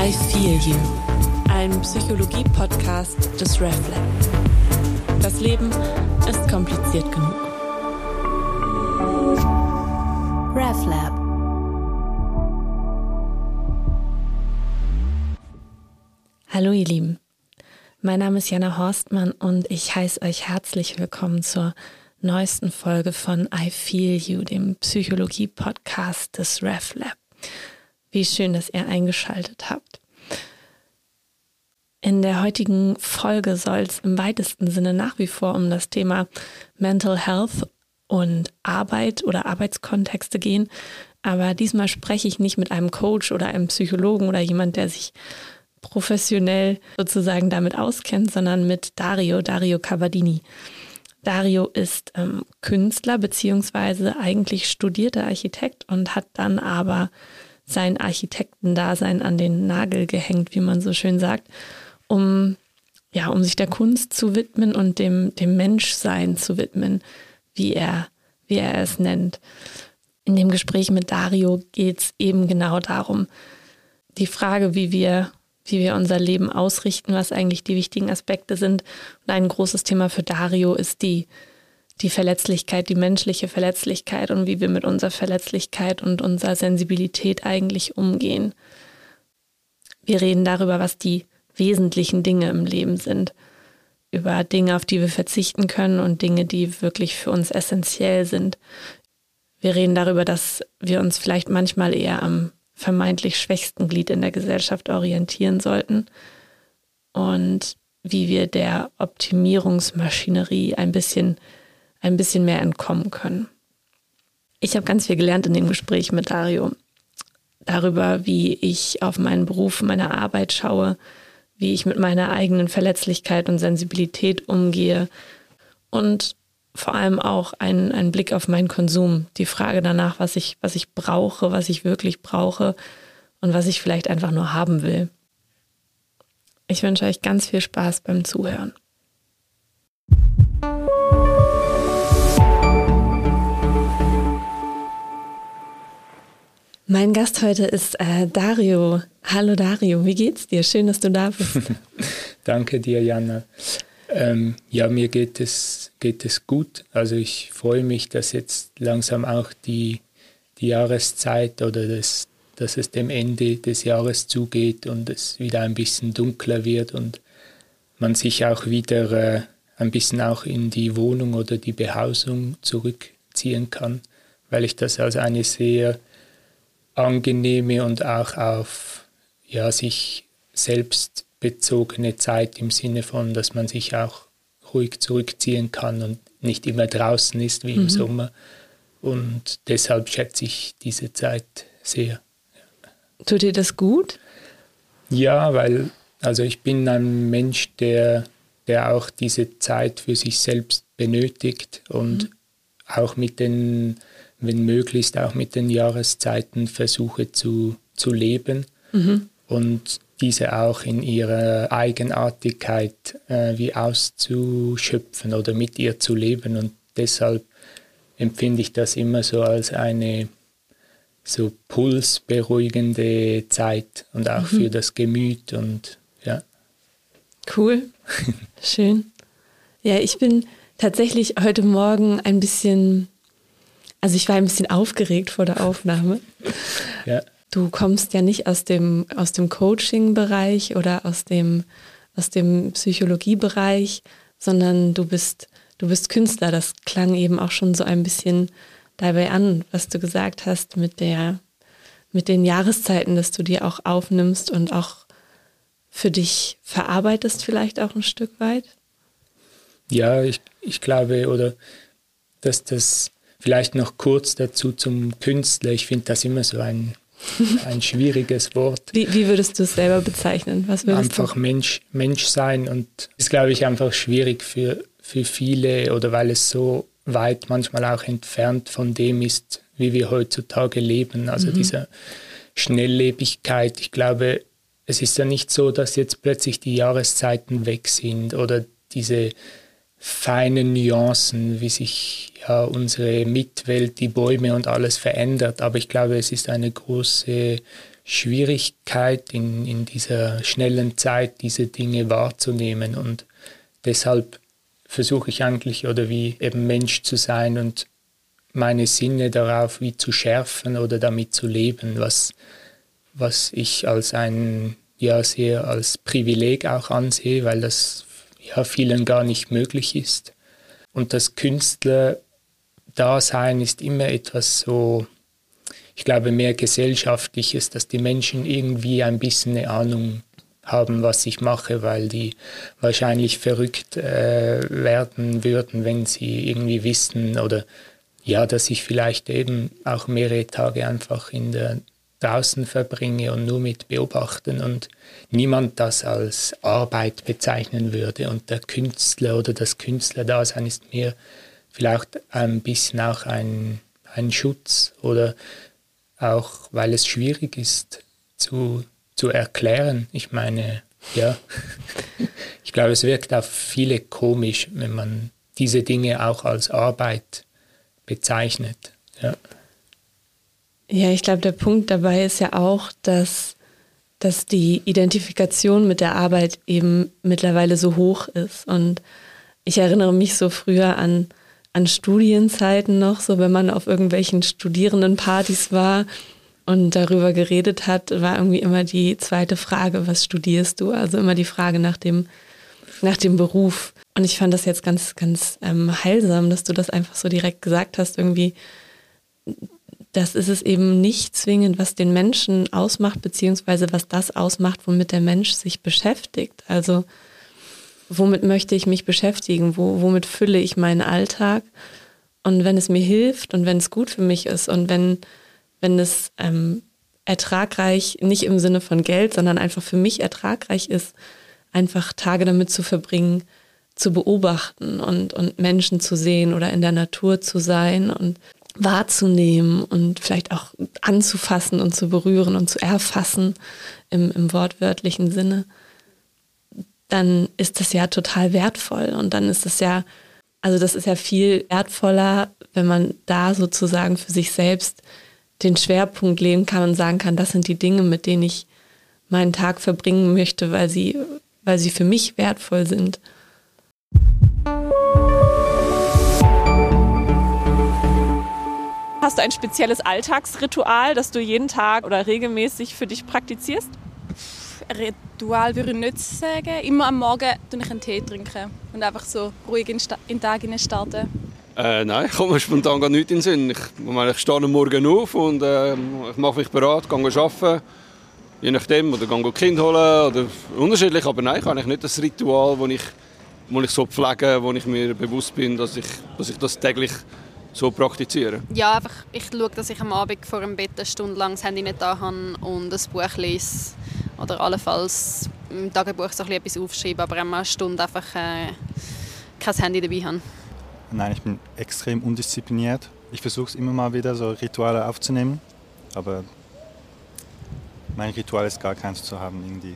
I Feel You, ein Psychologie-Podcast des RefLab. Das Leben ist kompliziert genug. RefLab. Hallo ihr Lieben, mein Name ist Jana Horstmann und ich heiße euch herzlich willkommen zur neuesten Folge von I Feel You, dem Psychologie-Podcast des RefLab. Wie schön, dass ihr eingeschaltet habt. In der heutigen Folge soll es im weitesten Sinne nach wie vor um das Thema Mental Health und Arbeit oder Arbeitskontexte gehen. Aber diesmal spreche ich nicht mit einem Coach oder einem Psychologen oder jemand, der sich professionell sozusagen damit auskennt, sondern mit Dario Cavadini. Dario ist Künstler beziehungsweise eigentlich studierter Architekt und hat dann aber sein Architektendasein an den Nagel gehängt, wie man so schön sagt, um sich der Kunst zu widmen und dem Menschsein zu widmen, wie er es nennt. In dem Gespräch mit Dario geht es eben genau darum, die Frage, wie wir unser Leben ausrichten, was eigentlich die wichtigen Aspekte sind. Und ein großes Thema für Dario ist die Verletzlichkeit, die menschliche Verletzlichkeit und wie wir mit unserer Verletzlichkeit und unserer Sensibilität eigentlich umgehen. Wir reden darüber, was die wesentlichen Dinge im Leben sind, über Dinge, auf die wir verzichten können und Dinge, die wirklich für uns essentiell sind. Wir reden darüber, dass wir uns vielleicht manchmal eher am vermeintlich schwächsten Glied in der Gesellschaft orientieren sollten und wie wir der Optimierungsmaschinerie ein bisschen mehr entkommen können. Ich habe ganz viel gelernt in dem Gespräch mit Dario. Darüber, wie ich auf meinen Beruf, meine Arbeit schaue, wie ich mit meiner eigenen Verletzlichkeit und Sensibilität umgehe und vor allem auch einen Blick auf meinen Konsum, die Frage danach, was ich brauche, was ich wirklich brauche und was ich vielleicht einfach nur haben will. Ich wünsche euch ganz viel Spaß beim Zuhören. Mein Gast heute ist Dario. Hallo Dario, wie geht's dir? Schön, dass du da bist. Danke dir, Jana. Mir geht es gut. Also ich freue mich, dass jetzt langsam auch die Jahreszeit oder dass es dem Ende des Jahres zugeht und es wieder ein bisschen dunkler wird und man sich auch wieder ein bisschen auch in die Wohnung oder die Behausung zurückziehen kann, weil ich das als eine sehr angenehme und auch auf sich selbst bezogene Zeit im Sinne von, dass man sich auch ruhig zurückziehen kann und nicht immer draußen ist wie im Sommer. Und deshalb schätze ich diese Zeit sehr. Tut dir das gut? Ja, weil ich bin ein Mensch, der auch diese Zeit für sich selbst benötigt und auch wenn möglichst auch mit den Jahreszeiten versuche zu leben und diese auch in ihrer Eigenartigkeit wie auszuschöpfen oder mit ihr zu leben. Und deshalb empfinde ich das immer so als eine so pulsberuhigende Zeit und auch für das Gemüt. Und ja. Cool, schön. Ja, ich bin tatsächlich heute Morgen ich war ein bisschen aufgeregt vor der Aufnahme. Ja. Du kommst ja nicht aus dem Coaching-Bereich oder aus dem Psychologie-Bereich, sondern du bist Künstler. Das klang eben auch schon so ein bisschen dabei an, was du gesagt hast mit den Jahreszeiten, dass du dir auch aufnimmst und auch für dich verarbeitest vielleicht auch ein Stück weit. Ja, ich glaube, oder dass das vielleicht noch kurz dazu zum Künstler. Ich finde das immer so ein schwieriges Wort. Wie würdest du es selber bezeichnen? Was würdest einfach Mensch sein, und ist, glaube ich, einfach schwierig für viele, oder weil es so weit manchmal auch entfernt von dem ist, wie wir heutzutage leben, also dieser Schnelllebigkeit. Ich glaube, es ist ja nicht so, dass jetzt plötzlich die Jahreszeiten weg sind oder diese feinen Nuancen, wie sich unsere Mitwelt, die Bäume und alles verändert. Aber ich glaube, es ist eine große Schwierigkeit in dieser schnellen Zeit, diese Dinge wahrzunehmen. Und deshalb versuche ich eigentlich, oder wie eben Mensch zu sein und meine Sinne darauf wie zu schärfen oder damit zu leben, was ich als sehr als Privileg auch ansehe, weil das vielen gar nicht möglich ist. Und das Künstler-Dasein ist immer etwas so, ich glaube, mehr Gesellschaftliches, dass die Menschen irgendwie ein bisschen eine Ahnung haben, was ich mache, weil die wahrscheinlich verrückt werden würden, wenn sie irgendwie wissen oder dass ich vielleicht eben auch mehrere Tage einfach draußen verbringe und nur mit beobachten und niemand das als Arbeit bezeichnen würde. Und der Künstler oder das Künstlerdasein ist mir vielleicht ein bisschen auch ein Schutz oder auch, weil es schwierig ist zu erklären. Ich meine, ich glaube, es wirkt auf viele komisch, wenn man diese Dinge auch als Arbeit bezeichnet. Ja, ich glaube, der Punkt dabei ist ja auch, dass die Identifikation mit der Arbeit eben mittlerweile so hoch ist. Und ich erinnere mich so früher an Studienzeiten noch, so wenn man auf irgendwelchen Studierendenpartys war und darüber geredet hat, war irgendwie immer die zweite Frage, was studierst du? Also immer die Frage nach dem Beruf. Und ich fand das jetzt ganz, ganz heilsam, dass du das einfach so direkt gesagt hast, irgendwie, das ist es eben nicht zwingend, was den Menschen ausmacht, beziehungsweise was das ausmacht, womit der Mensch sich beschäftigt. Also womit möchte ich mich beschäftigen? Womit fülle ich meinen Alltag? Und wenn es mir hilft und wenn es gut für mich ist und wenn es ertragreich, nicht im Sinne von Geld, sondern einfach für mich ertragreich ist, einfach Tage damit zu verbringen, zu beobachten und Menschen zu sehen oder in der Natur zu sein und wahrzunehmen und vielleicht auch anzufassen und zu berühren und zu erfassen im wortwörtlichen Sinne, dann ist das ja total wertvoll. Und dann ist es ja, also das ist ja viel wertvoller, wenn man da sozusagen für sich selbst den Schwerpunkt legen kann und sagen kann, das sind die Dinge, mit denen ich meinen Tag verbringen möchte, weil sie für mich wertvoll sind. Hast du ein spezielles Alltagsritual, das du jeden Tag oder regelmäßig für dich praktizierst? Ritual würde ich nicht sagen. Immer am Morgen trinke ich einen Tee und einfach so ruhig in den Tag starten. Nein, ich komme mir spontan gar nichts in den Sinn. Ich stehe am Morgen auf und ich mache mich bereit, gehe arbeiten. Je nachdem, oder gehe Kind holen, oder unterschiedlich. Aber nein, ich habe nicht das Ritual, das ich so pflege, wo ich mir bewusst bin, dass ich das täglich so praktiziere. Ja, einfach, ich schaue, dass ich am Abend vor dem Bett eine Stunde lang das Handy nicht da habe und ein Buch lese. Oder allenfalls im Tagebuch so etwas aufschreiben, aber einmal eine Stunde einfach kein Handy dabei haben. Nein, ich bin extrem undiszipliniert. Ich versuche es immer mal wieder, so Rituale aufzunehmen. Aber mein Ritual ist gar keins zu haben irgendwie.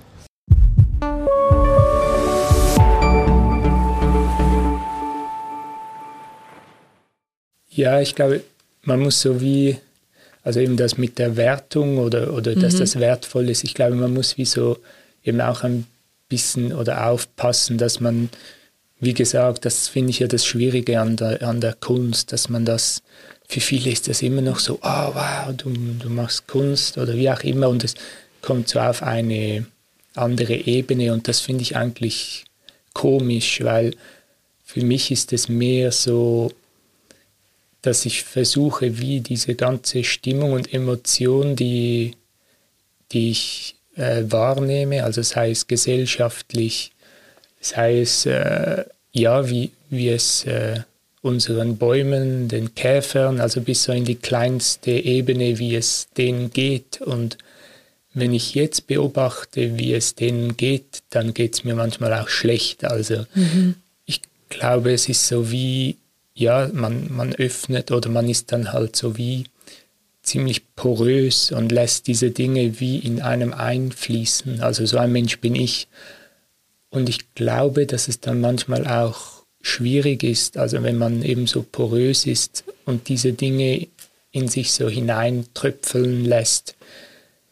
Ja, ich glaube, man muss also eben das mit der Wertung oder dass das wertvoll ist, ich glaube, man muss eben auch ein bisschen oder aufpassen, dass man, wie gesagt, das finde ich ja das Schwierige an der Kunst, dass man das, für viele ist das immer noch so, wow, du machst Kunst oder wie auch immer und es kommt so auf eine andere Ebene und das finde ich eigentlich komisch, weil für mich ist es mehr so, dass ich versuche, wie diese ganze Stimmung und Emotion, die ich wahrnehme, also sei es gesellschaftlich, sei es wie es unseren Bäumen, den Käfern, also bis so in die kleinste Ebene, wie es denen geht. Und wenn ich jetzt beobachte, wie es denen geht, dann geht es mir manchmal auch schlecht. Also ich glaube, es ist so wie, man öffnet oder man ist dann halt so wie ziemlich porös und lässt diese Dinge wie in einem einfließen. Also so ein Mensch bin ich. Und ich glaube, dass es dann manchmal auch schwierig ist, also wenn man eben so porös ist und diese Dinge in sich so hineintröpfeln lässt, dass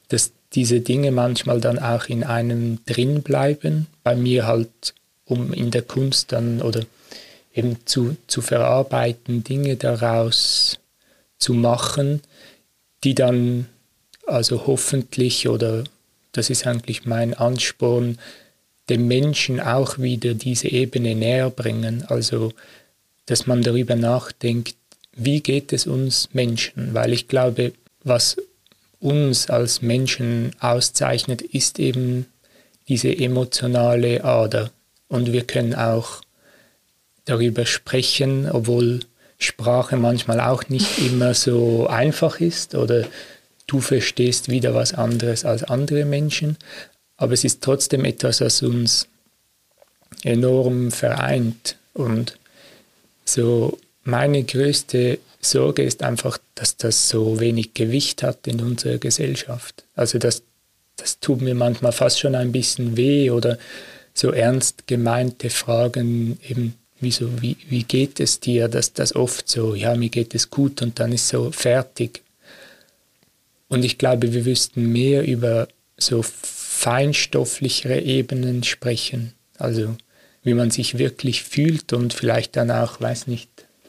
diese Dinge manchmal dann auch in einem drin bleiben. Bei mir halt, um in der Kunst dann oder eben zu verarbeiten, Dinge daraus zu machen, die dann also hoffentlich, oder das ist eigentlich mein Ansporn, dem Menschen auch wieder diese Ebene näher bringen. Also, dass man darüber nachdenkt, wie geht es uns Menschen? Weil ich glaube, was uns als Menschen auszeichnet, ist eben diese emotionale Ader. Und wir können auch darüber sprechen, obwohl Sprache manchmal auch nicht immer so einfach ist oder du verstehst wieder was anderes als andere Menschen. Aber es ist trotzdem etwas, was uns enorm vereint. Und so meine größte Sorge ist einfach, dass das so wenig Gewicht hat in unserer Gesellschaft. Also das tut mir manchmal fast schon ein bisschen weh oder so ernst gemeinte Fragen eben, wie geht es dir, dass das oft so, ja, mir geht es gut und dann ist so fertig. Und ich glaube, wir müssten mehr über so feinstofflichere Ebenen sprechen, also wie man sich wirklich fühlt und vielleicht dann auch, weiß nicht,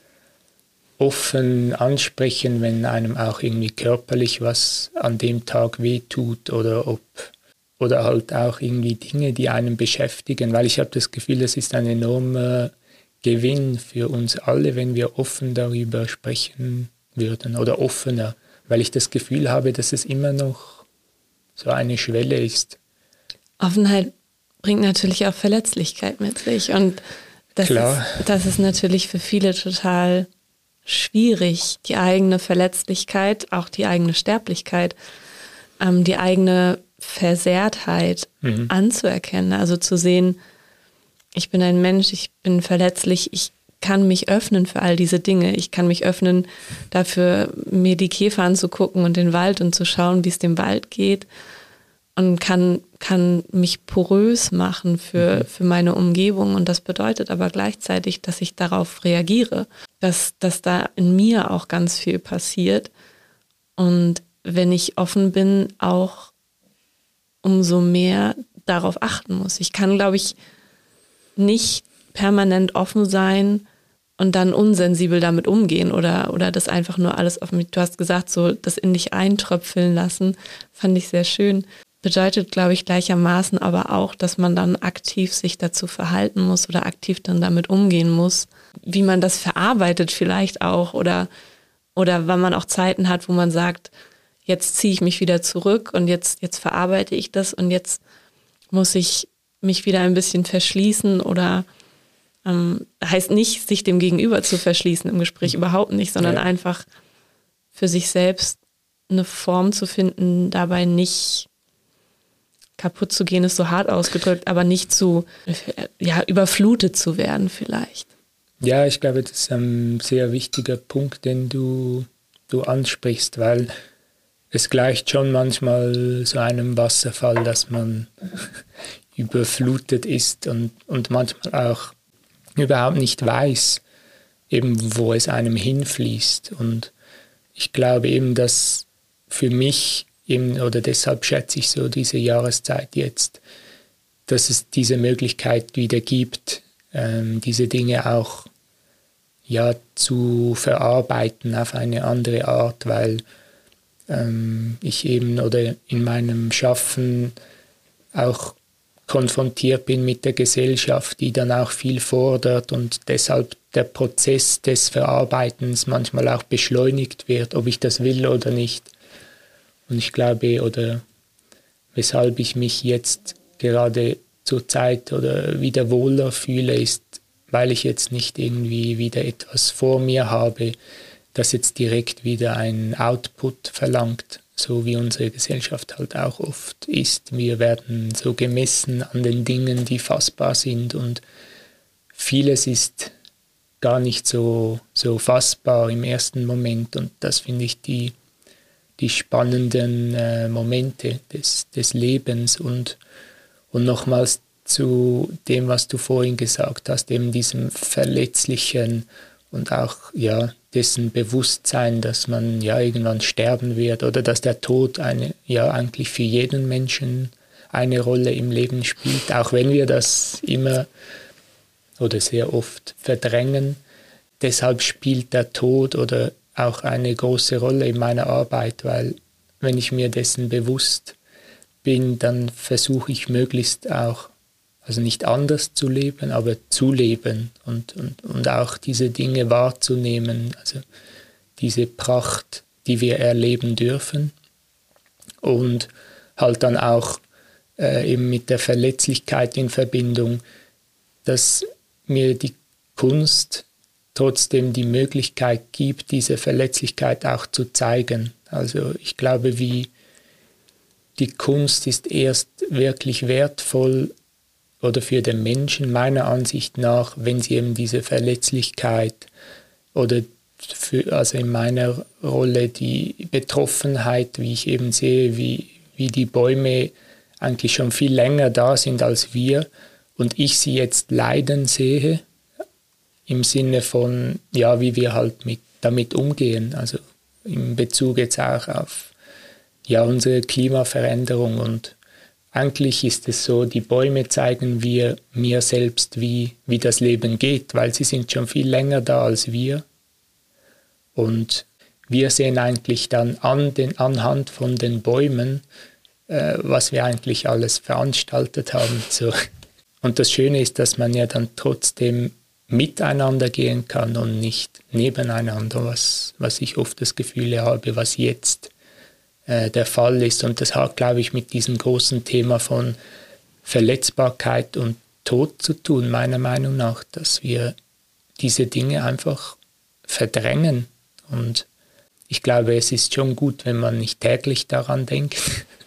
offen ansprechen, wenn einem auch irgendwie körperlich was an dem Tag wehtut oder halt auch irgendwie Dinge, die einen beschäftigen, weil ich habe das Gefühl, das ist ein enormer Gewinn für uns alle, wenn wir offen darüber sprechen würden oder offener, weil ich das Gefühl habe, dass es immer noch so eine Schwelle ist. Offenheit bringt natürlich auch Verletzlichkeit mit sich und das ist natürlich für viele total schwierig, die eigene Verletzlichkeit, auch die eigene Sterblichkeit, die eigene Versehrtheit anzuerkennen, also zu sehen, ich bin ein Mensch, ich bin verletzlich, ich kann mich öffnen für all diese Dinge. Ich kann mich öffnen dafür, mir die Käfer anzugucken und den Wald und zu schauen, wie es dem Wald geht und kann mich porös machen für meine Umgebung. Und das bedeutet aber gleichzeitig, dass ich darauf reagiere, dass da in mir auch ganz viel passiert. Und wenn ich offen bin, auch umso mehr darauf achten muss. Ich kann, glaube ich, nicht permanent offen sein und dann unsensibel damit umgehen oder das einfach nur alles auf mich. Du hast gesagt, so das in dich eintröpfeln lassen, fand ich sehr schön. Bedeutet, glaube ich, gleichermaßen aber auch, dass man dann aktiv sich dazu verhalten muss oder aktiv dann damit umgehen muss, wie man das verarbeitet vielleicht auch oder wann man auch Zeiten hat, wo man sagt, jetzt ziehe ich mich wieder zurück und jetzt verarbeite ich das und jetzt muss ich mich wieder ein bisschen verschließen oder heißt nicht, sich dem Gegenüber zu verschließen im Gespräch, überhaupt nicht, sondern einfach für sich selbst eine Form zu finden, dabei nicht kaputt zu gehen, ist so hart ausgedrückt, aber nicht zu überflutet zu werden vielleicht. Ja, ich glaube, das ist ein sehr wichtiger Punkt, den du ansprichst, weil es gleicht schon manchmal so einem Wasserfall, dass man überflutet ist und manchmal auch überhaupt nicht weiß, eben wo es einem hinfließt. Und ich glaube eben, dass für mich eben, oder deshalb schätze ich so diese Jahreszeit jetzt, dass es diese Möglichkeit wieder gibt, diese Dinge auch zu verarbeiten auf eine andere Art, weil ich eben oder in meinem Schaffen auch konfrontiert bin mit der Gesellschaft, die dann auch viel fordert und deshalb der Prozess des Verarbeitens manchmal auch beschleunigt wird, ob ich das will oder nicht. Und ich glaube, oder weshalb ich mich jetzt gerade zur Zeit oder wieder wohler fühle, ist, weil ich jetzt nicht irgendwie wieder etwas vor mir habe, das jetzt direkt wieder einen Output verlangt, so wie unsere Gesellschaft halt auch oft ist. Wir werden so gemessen an den Dingen, die fassbar sind und vieles ist gar nicht so fassbar im ersten Moment und das finde ich die spannenden Momente des Lebens und nochmals zu dem, was du vorhin gesagt hast, eben diesem Verletzlichen und auch ja, dessen Bewusstsein, dass man ja irgendwann sterben wird oder dass der Tod eigentlich für jeden Menschen eine Rolle im Leben spielt, auch wenn wir das immer oder sehr oft verdrängen. Deshalb spielt der Tod oder auch eine große Rolle in meiner Arbeit, weil wenn ich mir dessen bewusst bin, dann versuche ich möglichst auch, also nicht anders zu leben, aber zu leben und auch diese Dinge wahrzunehmen, also diese Pracht, die wir erleben dürfen und halt dann auch eben mit der Verletzlichkeit in Verbindung, dass mir die Kunst trotzdem die Möglichkeit gibt, diese Verletzlichkeit auch zu zeigen. Also ich glaube, die Kunst ist erst wirklich wertvoll oder für den Menschen meiner Ansicht nach, wenn sie eben diese Verletzlichkeit oder also in meiner Rolle die Betroffenheit, wie ich eben sehe, wie die Bäume eigentlich schon viel länger da sind als wir und ich sie jetzt leiden sehe, im Sinne von, ja, wie wir halt damit umgehen, also in Bezug jetzt auch auf ja, unsere Klimaveränderung. Und eigentlich ist es so, die Bäume zeigen mir selbst, wie das Leben geht, weil sie sind schon viel länger da als wir. Und wir sehen eigentlich dann anhand von den Bäumen, was wir eigentlich alles veranstaltet haben. So. Und das Schöne ist, dass man ja dann trotzdem miteinander gehen kann und nicht nebeneinander, was ich oft das Gefühl habe, was jetzt der Fall ist. Und das hat, glaube ich, mit diesem großen Thema von Verletzbarkeit und Tod zu tun, meiner Meinung nach, dass wir diese Dinge einfach verdrängen. Und ich glaube, es ist schon gut, wenn man nicht täglich daran denkt,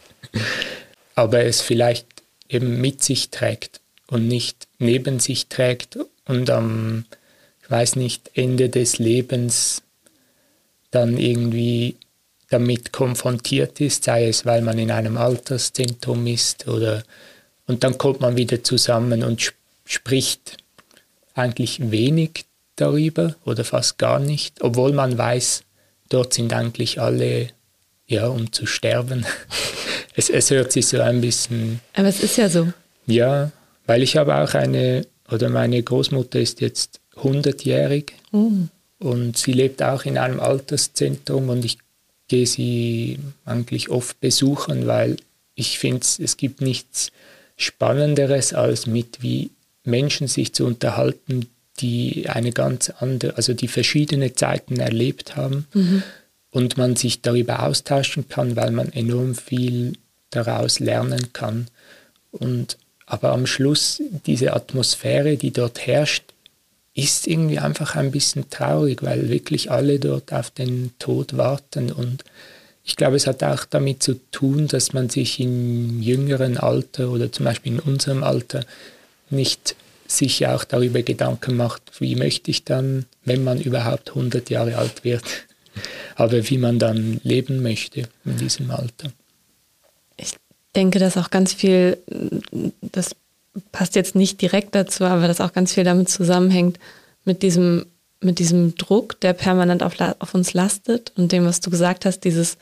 aber es vielleicht eben mit sich trägt und nicht neben sich trägt und am, ich weiß nicht, Ende des Lebens dann irgendwie damit konfrontiert ist, sei es, weil man in einem Alterszentrum ist und dann kommt man wieder zusammen und spricht eigentlich wenig darüber oder fast gar nicht, obwohl man weiß, dort sind eigentlich alle, ja, um zu sterben. Es hört sich so ein bisschen... Aber es ist ja so. Ja, weil ich habe auch meine Großmutter ist jetzt 100-jährig und sie lebt auch in einem Alterszentrum und ich gehe sie eigentlich oft besuchen, weil ich finde, es gibt nichts Spannenderes, als wie Menschen sich zu unterhalten, die eine ganz andere, also die verschiedene Zeiten erlebt haben und man sich darüber austauschen kann, weil man enorm viel daraus lernen kann. Aber am Schluss, diese Atmosphäre, die dort herrscht, ist irgendwie einfach ein bisschen traurig, weil wirklich alle dort auf den Tod warten. Und ich glaube, es hat auch damit zu tun, dass man sich im jüngeren Alter oder zum Beispiel in unserem Alter nicht sich auch darüber Gedanken macht, wie möchte ich dann, wenn man überhaupt 100 Jahre alt wird, aber wie man dann leben möchte in diesem Alter. Ich denke, dass auch ganz viel, das passt jetzt nicht direkt dazu, aber dass auch ganz viel damit zusammenhängt mit diesem Druck, der permanent auf uns lastet und dem, was du gesagt hast, dieses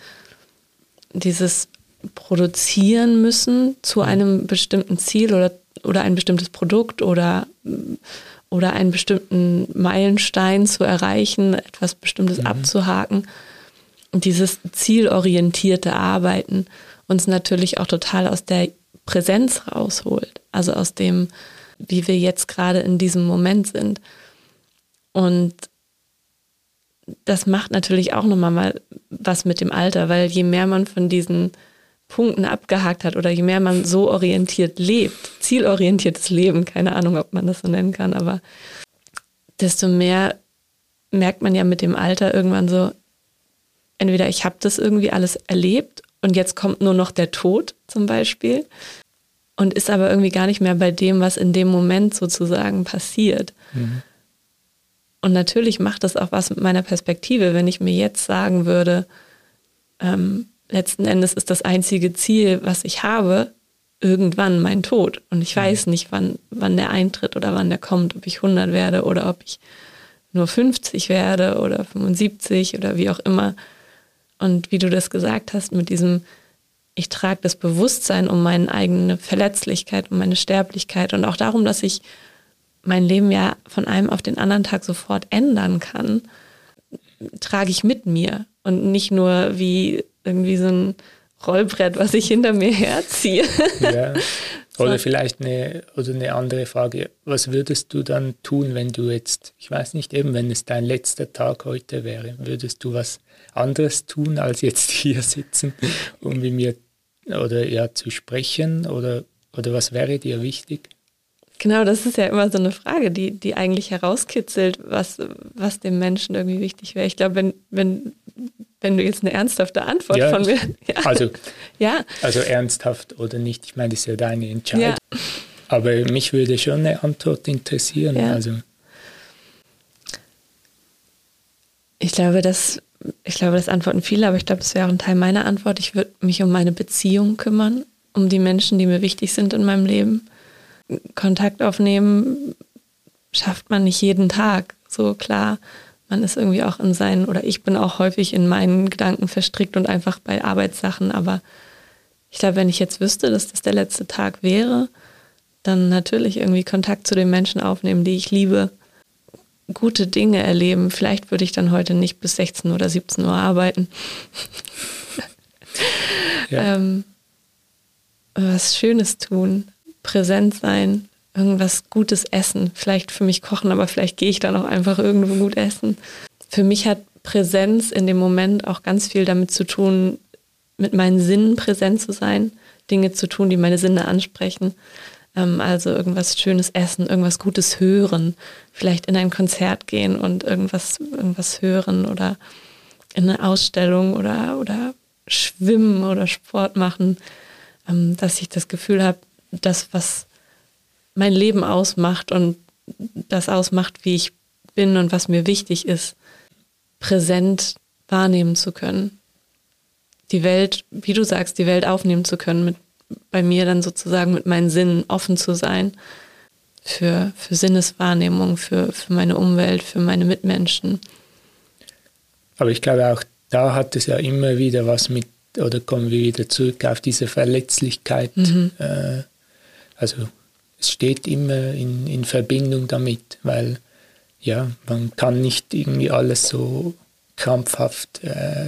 Produzieren müssen zu einem bestimmten Ziel oder ein bestimmtes Produkt oder einen bestimmten Meilenstein zu erreichen, etwas Bestimmtes abzuhaken. Und dieses zielorientierte Arbeiten uns natürlich auch total aus der Präsenz rausholt. Also aus dem, wie wir jetzt gerade in diesem Moment sind. Und das macht natürlich auch nochmal mal was mit dem Alter, weil je mehr man von diesen Punkten abgehakt hat oder je mehr man so orientiert lebt, zielorientiertes Leben, keine Ahnung, ob man das so nennen kann, aber desto mehr merkt man ja mit dem Alter irgendwann so, entweder ich habe das irgendwie alles erlebt und jetzt kommt nur noch der Tod zum Beispiel und ist aber irgendwie gar nicht mehr bei dem, was in dem Moment sozusagen passiert. Und natürlich macht das auch was mit meiner Perspektive, wenn ich mir jetzt sagen würde, letzten Endes ist das einzige Ziel, was ich habe, irgendwann mein Tod. Und ich weiß nicht, wann der eintritt oder wann der kommt, ob ich 100 werde oder ob ich nur 50 werde oder 75 oder wie auch immer. Und wie du das gesagt hast, mit diesem, ich trage das Bewusstsein um meine eigene Verletzlichkeit, um meine Sterblichkeit und auch darum, dass ich mein Leben ja von einem auf den anderen Tag sofort ändern kann, trage ich mit mir und nicht nur wie irgendwie so ein Rollbrett, was ich hinter mir herziehe. Ja. Oder vielleicht eine andere Frage, was würdest du dann tun, wenn du jetzt, ich weiß nicht, eben wenn es dein letzter Tag heute wäre, würdest du was anderes tun, als jetzt hier sitzen, um mit mir zu sprechen oder was wäre dir wichtig? Genau, das ist ja immer so eine Frage, die eigentlich herauskitzelt, was dem Menschen irgendwie wichtig wäre. Ich glaube, wenn du jetzt eine ernsthafte Antwort von mir... Ja. Also ernsthaft oder nicht, ich meine, das ist ja deine Entscheidung. Ja. Aber mich würde schon eine Antwort interessieren. Ja. Also. Ich glaube, das antworten viele, aber ich glaube, das wäre auch ein Teil meiner Antwort. Ich würde mich um meine Beziehung kümmern, um die Menschen, die mir wichtig sind in meinem Leben. Kontakt aufnehmen schafft man nicht jeden Tag. So klar, man ist irgendwie auch ich bin auch häufig in meinen Gedanken verstrickt und einfach bei Arbeitssachen, aber ich glaube, wenn ich jetzt wüsste, dass das der letzte Tag wäre, dann natürlich irgendwie Kontakt zu den Menschen aufnehmen, die ich liebe, gute Dinge erleben. Vielleicht würde ich dann heute nicht bis 16 oder 17 Uhr arbeiten. Ja. Was Schönes tun, präsent sein, irgendwas Gutes essen, vielleicht für mich kochen, aber vielleicht gehe ich dann auch einfach irgendwo gut essen. Für mich hat Präsenz in dem Moment auch ganz viel damit zu tun, mit meinen Sinnen präsent zu sein, Dinge zu tun, die meine Sinne ansprechen. Also irgendwas Schönes essen, irgendwas Gutes hören, vielleicht in ein Konzert gehen und irgendwas hören oder in eine Ausstellung oder schwimmen oder Sport machen, dass ich das Gefühl habe, das, was mein Leben ausmacht und das ausmacht, wie ich bin und was mir wichtig ist, präsent wahrnehmen zu können. Die Welt, wie du sagst, die Welt aufnehmen zu können, bei mir dann sozusagen mit meinen Sinnen offen zu sein für Sinneswahrnehmung, für meine Umwelt, für meine Mitmenschen. Aber ich glaube auch, da hat es ja immer wieder was mit, oder kommen wir wieder zurück auf diese Verletzlichkeit. Also es steht immer in Verbindung damit, weil ja, man kann nicht irgendwie alles so krampfhaft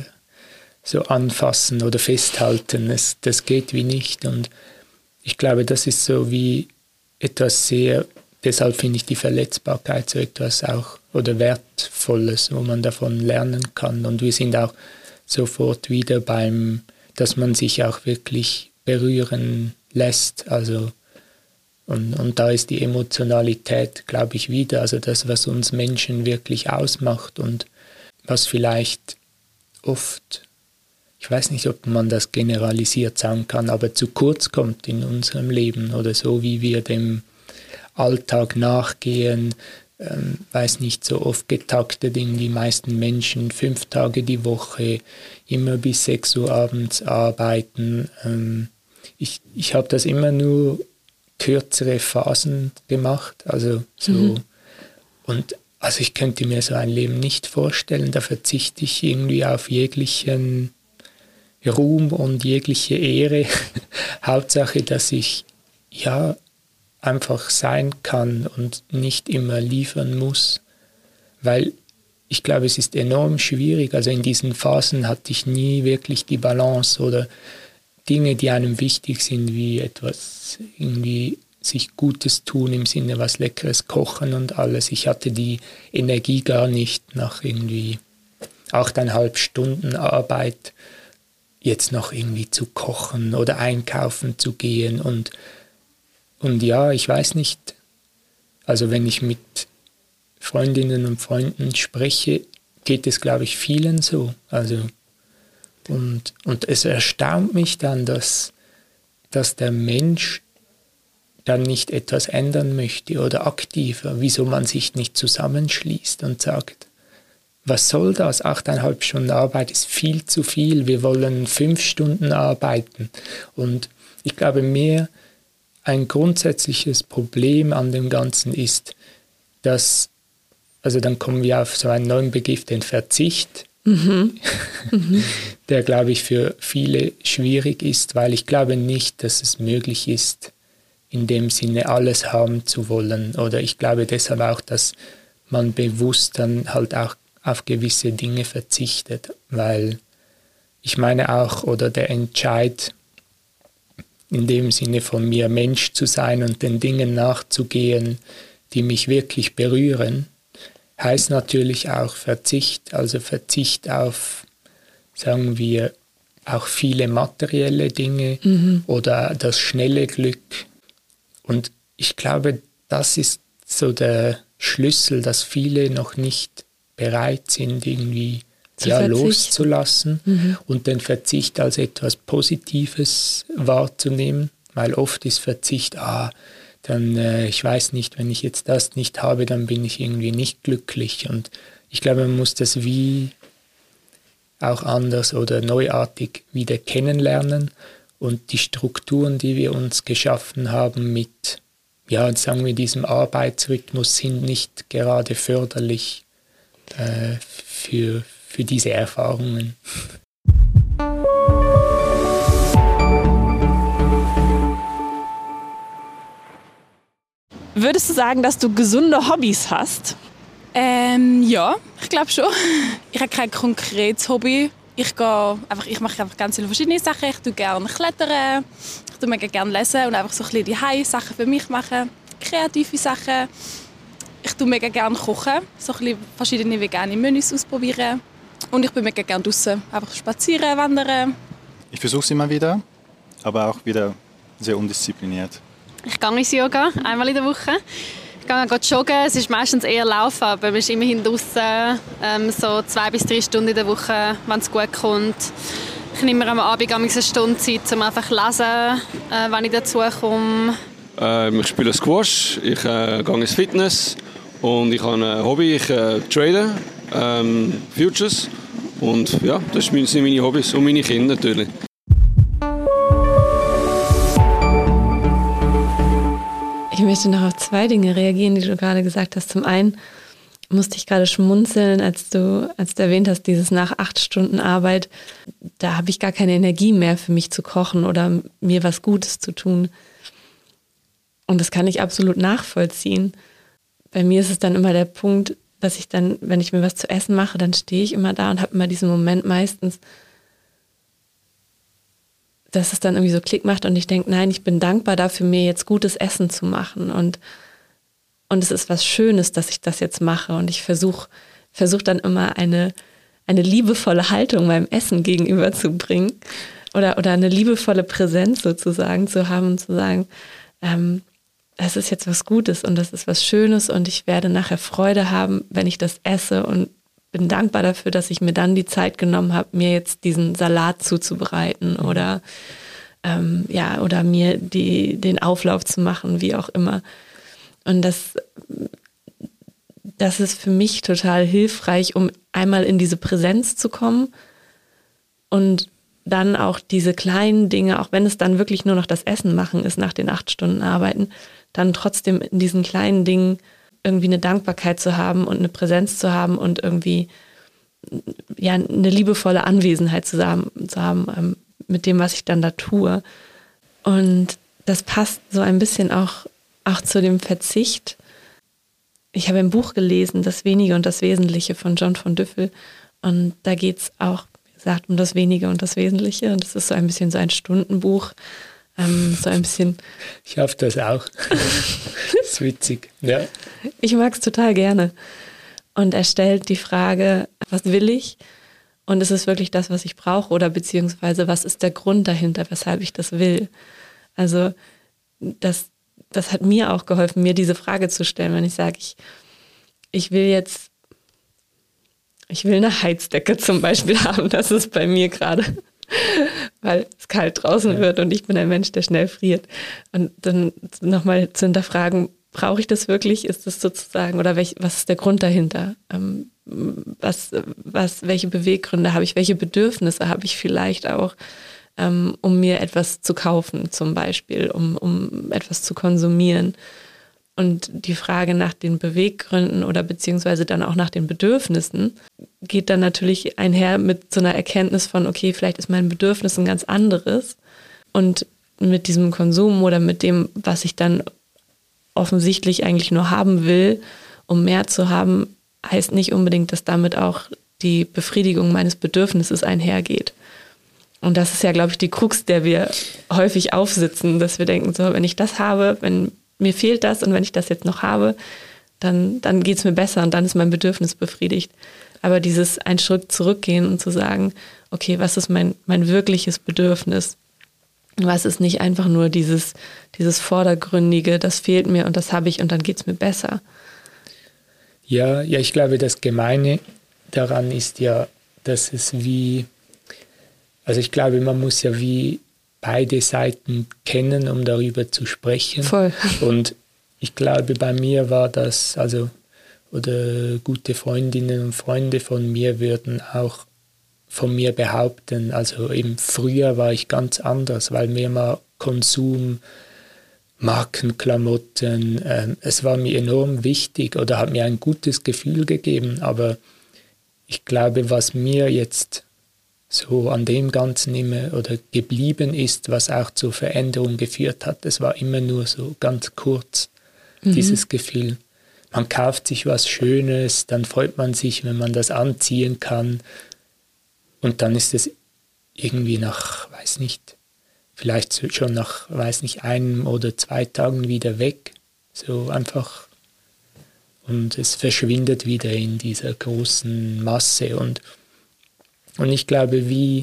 so anfassen oder festhalten. Das geht wie nicht. Und ich glaube, das ist so wie etwas sehr, deshalb finde ich die Verletzbarkeit so etwas auch oder Wertvolles, wo man davon lernen kann. Und wir sind auch sofort wieder dass man sich auch wirklich berühren lässt. Also und da ist die Emotionalität, glaube ich, wieder, also das, was uns Menschen wirklich ausmacht und was vielleicht oft, ich weiß nicht, ob man das generalisiert sagen kann, aber zu kurz kommt in unserem Leben oder so, wie wir dem Alltag nachgehen, weiß nicht, so oft getaktet in die meisten Menschen, 5 Tage die Woche, immer bis 6 Uhr abends arbeiten. Ich habe das immer nur kürzere Phasen gemacht, also so. Und also ich könnte mir so ein Leben nicht vorstellen, da verzichte ich irgendwie auf jeglichen Ruhm und jegliche Ehre. Hauptsache, dass ich ja einfach sein kann und nicht immer liefern muss, weil ich glaube, es ist enorm schwierig. Also in diesen Phasen hatte ich nie wirklich die Balance oder Dinge, die einem wichtig sind, wie etwas irgendwie sich Gutes tun im Sinne was Leckeres kochen und alles. Ich hatte die Energie gar nicht nach irgendwie 8,5 Stunden Arbeit jetzt noch irgendwie zu kochen oder einkaufen zu gehen und ja, ich weiß nicht, also wenn ich mit Freundinnen und Freunden spreche, geht es, glaube ich, vielen so. Also und es erstaunt mich dann, dass der Mensch dann nicht etwas ändern möchte oder aktiver, wieso man sich nicht zusammenschließt und sagt, was soll das? 8,5 Stunden Arbeit ist viel zu viel, wir wollen 5 Stunden arbeiten. Und ich glaube, ein grundsätzliches Problem an dem Ganzen ist, dass also dann kommen wir auf so einen neuen Begriff, den Verzicht, der, glaube ich, für viele schwierig ist, weil ich glaube nicht, dass es möglich ist, in dem Sinne alles haben zu wollen. Oder ich glaube deshalb auch, dass man bewusst dann halt auch auf gewisse Dinge verzichtet, weil ich meine auch, oder der Entscheid in dem Sinne von mir Mensch zu sein und den Dingen nachzugehen, die mich wirklich berühren, heißt natürlich auch Verzicht, also Verzicht auf, sagen wir, auch viele materielle Dinge oder das schnelle Glück. Und ich glaube, das ist so der Schlüssel, dass viele noch nicht bereit sind, irgendwie loszulassen und den Verzicht als etwas Positives wahrzunehmen, weil oft ist Verzicht, ich weiß nicht, wenn ich jetzt das nicht habe, dann bin ich irgendwie nicht glücklich. Und ich glaube, man muss das wie auch anders oder neuartig wieder kennenlernen und die Strukturen, die wir uns geschaffen haben mit, sagen wir, diesem Arbeitsrhythmus, sind nicht gerade förderlich für diese Erfahrungen. Würdest du sagen, dass du gesunde Hobbys hast? Ja, ich glaube schon. Ich habe kein konkretes Hobby. Ich mache einfach ganz viele verschiedene Sachen. Ich tue gerne klettern, ich tue mega gerne lesen und einfach so ein bisschen die Heim-Sachen für mich machen. Kreative Sachen. Ich tue mega gerne kochen, so ein bisschen verschiedene vegane Menüs ausprobieren. Und ich bin mega gerne draußen, einfach spazieren, wandern. Ich versuche es immer wieder, aber auch wieder sehr undiszipliniert. Ich gehe ins Yoga, einmal in der Woche. Ich gehe joggen, es ist meistens eher Laufen, aber man ist immerhin draußen, so 2 bis 3 Stunden in der Woche, wenn es gut kommt. Ich nehme mir am Abend eine Stunde Zeit, um einfach zu lesen, wenn ich dazu komme. Ich spiele Squash, ich gehe ins Fitness und ich habe ein Hobby, ich trade Futures. Und ja, das sind meine Hobbys und meine Kinder natürlich. Ich möchte noch auf 2 Dinge reagieren, die du gerade gesagt hast. Zum einen musste ich gerade schmunzeln, als du erwähnt hast, dieses nach 8 Stunden Arbeit, da habe ich gar keine Energie mehr für mich zu kochen oder mir was Gutes zu tun. Und das kann ich absolut nachvollziehen. Bei mir ist es dann immer der Punkt, dass ich dann, wenn ich mir was zu essen mache, dann stehe ich immer da und habe immer diesen Moment meistens, dass es dann irgendwie so Klick macht und ich denke, nein, ich bin dankbar dafür, mir jetzt gutes Essen zu machen und es ist was Schönes, dass ich das jetzt mache und ich versuche dann immer eine liebevolle Haltung meinem Essen gegenüberzubringen oder eine liebevolle Präsenz sozusagen zu haben und zu sagen, das ist jetzt was Gutes und das ist was Schönes und ich werde nachher Freude haben, wenn ich das esse und bin dankbar dafür, dass ich mir dann die Zeit genommen habe, mir jetzt diesen Salat zuzubereiten oder mir den Auflauf zu machen, wie auch immer. Und das ist für mich total hilfreich, um einmal in diese Präsenz zu kommen und dann auch diese kleinen Dinge, auch wenn es dann wirklich nur noch das Essen machen ist nach den 8 Stunden Arbeiten, dann trotzdem in diesen kleinen Dingen irgendwie eine Dankbarkeit zu haben und eine Präsenz zu haben und irgendwie eine liebevolle Anwesenheit zu haben mit dem, was ich dann da tue. Und das passt so ein bisschen auch zu dem Verzicht. Ich habe ein Buch gelesen, Das Wenige und das Wesentliche von John von Düffel. Und da geht es auch, wie gesagt, um das Wenige und das Wesentliche. Und das ist so ein bisschen so ein Stundenbuch. So ein bisschen. Ich hoffe das auch. Das ist witzig. Ja. Ich mag es total gerne. Und er stellt die Frage, was will ich? Und ist es wirklich das, was ich brauche? Oder beziehungsweise, was ist der Grund dahinter, weshalb ich das will? Also das hat mir auch geholfen, mir diese Frage zu stellen, wenn ich sage, ich will eine Heizdecke zum Beispiel haben. Das ist bei mir gerade, weil es kalt draußen wird und ich bin ein Mensch, der schnell friert. Und dann nochmal zu hinterfragen, brauche ich das wirklich? Ist das sozusagen, oder was ist der Grund dahinter? Welche Beweggründe habe ich? Welche Bedürfnisse habe ich vielleicht auch, um mir etwas zu kaufen zum Beispiel, um etwas zu konsumieren? Und die Frage nach den Beweggründen oder beziehungsweise dann auch nach den Bedürfnissen geht dann natürlich einher mit so einer Erkenntnis von, okay, vielleicht ist mein Bedürfnis ein ganz anderes. Und mit diesem Konsum oder mit dem, was ich dann offensichtlich eigentlich nur haben will, um mehr zu haben, heißt nicht unbedingt, dass damit auch die Befriedigung meines Bedürfnisses einhergeht. Und das ist ja, glaube ich, die Krux, der wir häufig aufsitzen, dass wir denken, so, wenn ich das habe, wenn mir fehlt das und wenn ich das jetzt noch habe, dann geht es mir besser und dann ist mein Bedürfnis befriedigt. Aber dieses einen Schritt zurückgehen und zu sagen, okay, was ist mein wirkliches Bedürfnis? Was ist nicht einfach nur dieses Vordergründige, das fehlt mir und das habe ich und dann geht es mir besser? Ja, ich glaube, das Gemeine daran ist ja, dass es also ich glaube, man muss ja wie beide Seiten kennen, um darüber zu sprechen. Voll. Und ich glaube, bei mir war das, oder gute Freundinnen und Freunde von mir würden auch von mir behaupten, also eben früher war ich ganz anders, weil mir mal Konsum, Markenklamotten, es war mir enorm wichtig oder hat mir ein gutes Gefühl gegeben, aber ich glaube, was mir jetzt so an dem Ganzen immer oder geblieben ist, was auch zur Veränderung geführt hat, es war immer nur so ganz kurz, dieses Gefühl. Man kauft sich was Schönes, dann freut man sich, wenn man das anziehen kann und dann ist es irgendwie nach, weiß nicht, vielleicht schon nach, weiß nicht, 1 oder 2 Tagen wieder weg, so einfach und es verschwindet wieder in dieser großen Masse und ich glaube,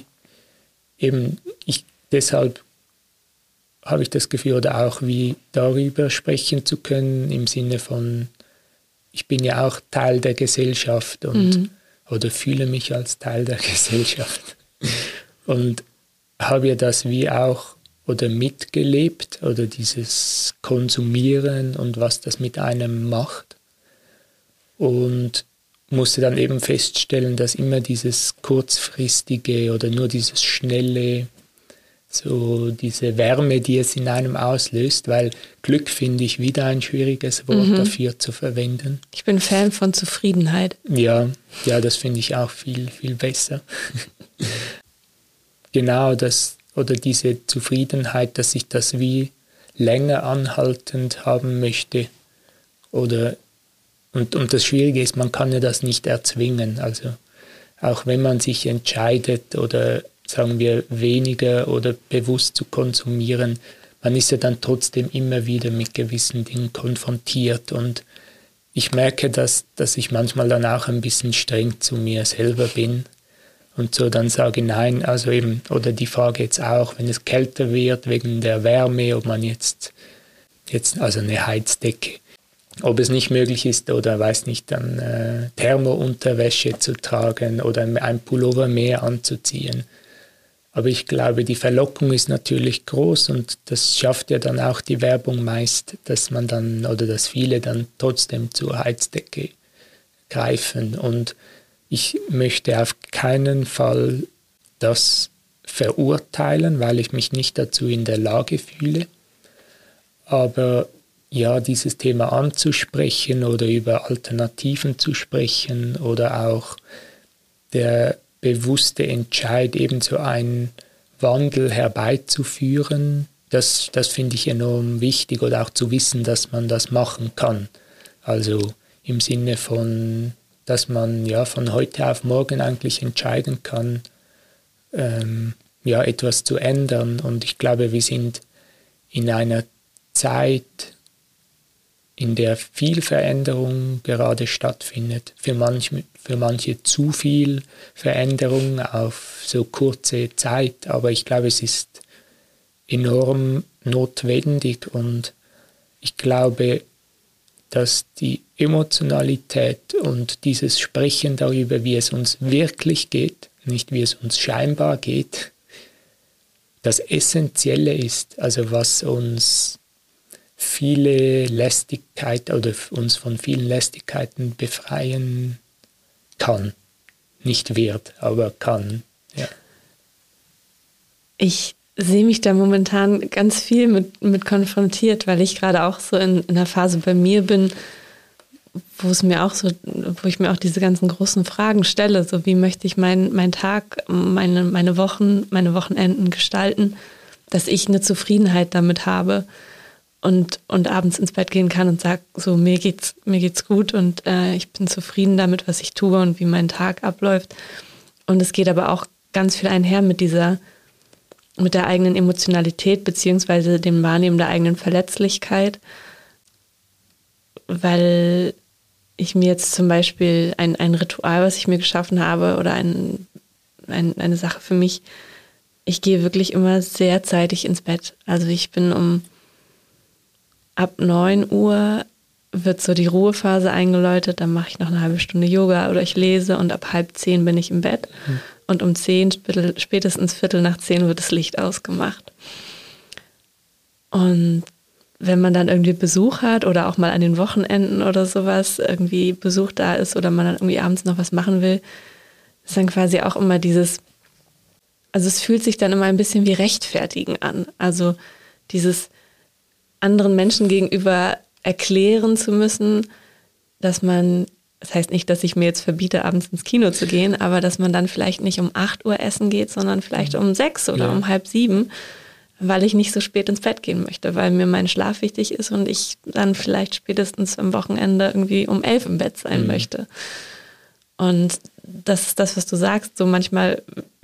deshalb habe ich das Gefühl, oder auch wie darüber sprechen zu können, im Sinne von, ich bin ja auch Teil der Gesellschaft oder fühle mich als Teil der Gesellschaft und habe ja das wie auch oder mitgelebt oder dieses Konsumieren und was das mit einem macht und musste dann eben feststellen, dass immer dieses kurzfristige oder nur dieses schnelle, so diese Wärme, die es in einem auslöst, weil Glück finde ich wieder ein schwieriges Wort dafür zu verwenden. Ich bin Fan von Zufriedenheit. Ja, das finde ich auch viel, viel besser. Genau das, oder diese Zufriedenheit, dass ich das wie länger anhaltend haben möchte oder und das Schwierige ist, man kann ja das nicht erzwingen. Also auch wenn man sich entscheidet oder sagen wir weniger oder bewusst zu konsumieren, man ist ja dann trotzdem immer wieder mit gewissen Dingen konfrontiert. Und ich merke, dass ich manchmal dann auch ein bisschen streng zu mir selber bin und so dann sage, nein, also eben, oder die Frage jetzt auch, wenn es kälter wird wegen der Wärme, ob man jetzt also eine Heizdecke, ob es nicht möglich ist oder weiß nicht, dann Thermounterwäsche zu tragen oder ein Pullover mehr anzuziehen. Aber ich glaube, die Verlockung ist natürlich groß und das schafft ja dann auch die Werbung meist, dass man dann oder dass viele dann trotzdem zur Heizdecke greifen. Und ich möchte auf keinen Fall das verurteilen, weil ich mich nicht dazu in der Lage fühle. Aber ja, dieses Thema anzusprechen oder über Alternativen zu sprechen oder auch der bewusste Entscheid, eben so einen Wandel herbeizuführen, das finde ich enorm wichtig oder auch zu wissen, dass man das machen kann. Also im Sinne von, dass man ja von heute auf morgen eigentlich entscheiden kann, etwas zu ändern. Und ich glaube, wir sind in einer Zeit, in der viel Veränderung gerade stattfindet. Für manche zu viel Veränderung auf so kurze Zeit, aber ich glaube, es ist enorm notwendig und ich glaube, dass die Emotionalität und dieses Sprechen darüber, wie es uns wirklich geht, nicht wie es uns scheinbar geht, das Essentielle ist, also was uns viele Lästigkeit oder uns von vielen Lästigkeiten befreien kann. Nicht wird, aber kann. Ja. Ich sehe mich da momentan ganz viel mit konfrontiert, weil ich gerade auch so in einer Phase bei mir bin, wo ich mir auch diese ganzen großen Fragen stelle, so wie möchte ich meinen Tag, meine Wochen, meine Wochenenden gestalten, dass ich eine Zufriedenheit damit habe und abends ins Bett gehen kann und sage, so mir geht's gut und ich bin zufrieden damit, was ich tue und wie mein Tag abläuft. Und es geht aber auch ganz viel einher mit der eigenen Emotionalität beziehungsweise dem Wahrnehmen der eigenen Verletzlichkeit, weil ich mir jetzt zum Beispiel ein Ritual, was ich mir geschaffen habe oder eine Sache für mich, ich gehe wirklich immer sehr zeitig ins Bett. Also ich bin ab 9 Uhr wird so die Ruhephase eingeläutet, dann mache ich noch eine halbe Stunde Yoga oder ich lese und ab 9:30 bin ich im Bett. Und um 10, spätestens 9:15 wird das Licht ausgemacht. Und wenn man dann irgendwie Besuch hat oder auch mal an den Wochenenden oder sowas irgendwie Besuch da ist oder man dann irgendwie abends noch was machen will, ist dann quasi auch immer also es fühlt sich dann immer ein bisschen wie Rechtfertigen an. Also dieses anderen Menschen gegenüber erklären zu müssen, das heißt nicht, dass ich mir jetzt verbiete, abends ins Kino zu gehen, aber dass man dann vielleicht nicht um 8 Uhr essen geht, sondern vielleicht um 6 oder um 6:30, weil ich nicht so spät ins Bett gehen möchte, weil mir mein Schlaf wichtig ist und ich dann vielleicht spätestens am Wochenende irgendwie um 11 im Bett sein möchte. Und das ist das, was du sagst, so manchmal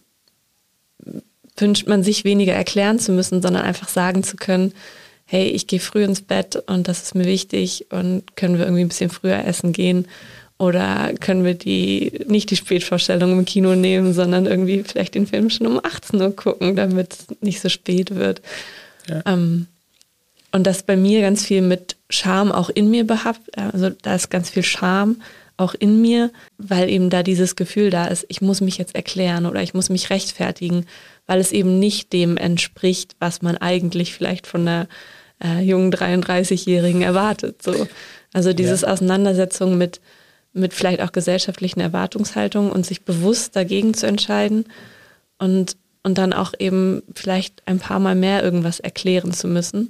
wünscht man sich weniger erklären zu müssen, sondern einfach sagen zu können, hey, ich gehe früh ins Bett und das ist mir wichtig und können wir irgendwie ein bisschen früher essen gehen oder können wir nicht die Spätvorstellung im Kino nehmen, sondern irgendwie vielleicht den Film schon um 18 Uhr gucken, damit es nicht so spät wird. Ja. Und das bei mir ganz viel mit Scham auch in mir behaftet, also da ist ganz viel Scham auch in mir, weil eben da dieses Gefühl da ist, ich muss mich jetzt erklären oder ich muss mich rechtfertigen, weil es eben nicht dem entspricht, was man eigentlich vielleicht von einer jungen 33-Jährigen erwartet. So. Also dieses Auseinandersetzung mit vielleicht auch gesellschaftlichen Erwartungshaltungen und sich bewusst dagegen zu entscheiden und dann auch eben vielleicht ein paar Mal mehr irgendwas erklären zu müssen.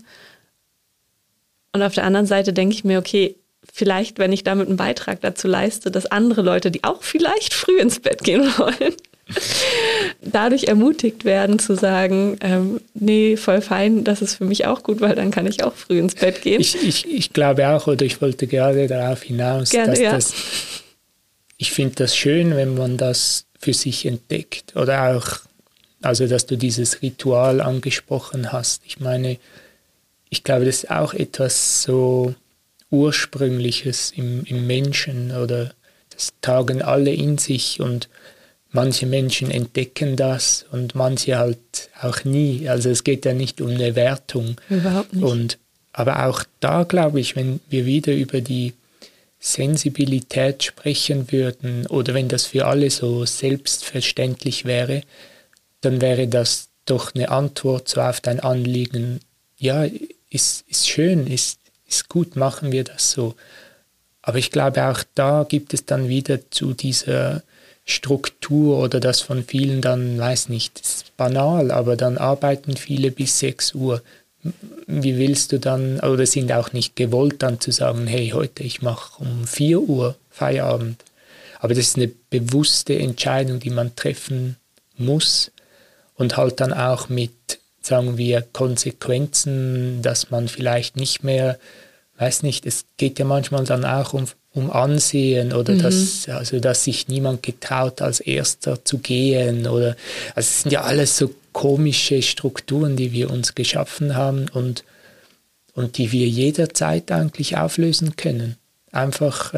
Und auf der anderen Seite denke ich mir, okay, vielleicht, wenn ich damit einen Beitrag dazu leiste, dass andere Leute, die auch vielleicht früh ins Bett gehen wollen, dadurch ermutigt werden zu sagen, nee, voll fein, das ist für mich auch gut, weil dann kann ich auch früh ins Bett gehen. Ich glaube auch, oder ich wollte gerade darauf hinaus, dass ich finde das schön, wenn man das für sich entdeckt oder auch, also dass du dieses Ritual angesprochen hast. Ich meine, ich glaube, das ist auch etwas so Ursprüngliches im Menschen oder das tragen alle in sich und manche Menschen entdecken das und manche halt auch nie. Also es geht ja nicht um eine Wertung. Überhaupt nicht. Aber auch da glaube ich, wenn wir wieder über die Sensibilität sprechen würden oder wenn das für alle so selbstverständlich wäre, dann wäre das doch eine Antwort so auf dein Anliegen. Ja, ist schön, ist gut, machen wir das so. Aber ich glaube, auch da gibt es dann wieder zu dieser Struktur oder das von vielen dann, weiß nicht, das ist banal, aber dann arbeiten viele bis 6 Uhr. Wie willst du dann, oder sind auch nicht gewollt dann zu sagen, hey, heute ich mache um 4 Uhr Feierabend. Aber das ist eine bewusste Entscheidung, die man treffen muss und halt dann auch mit, sagen wir, Konsequenzen, dass man vielleicht nicht mehr, weiß nicht, es geht ja manchmal dann auch um Ansehen oder dass sich niemand getraut, als Erster zu gehen oder, also es sind ja alles so komische Strukturen, die wir uns geschaffen haben und die wir jederzeit eigentlich auflösen können. Einfach,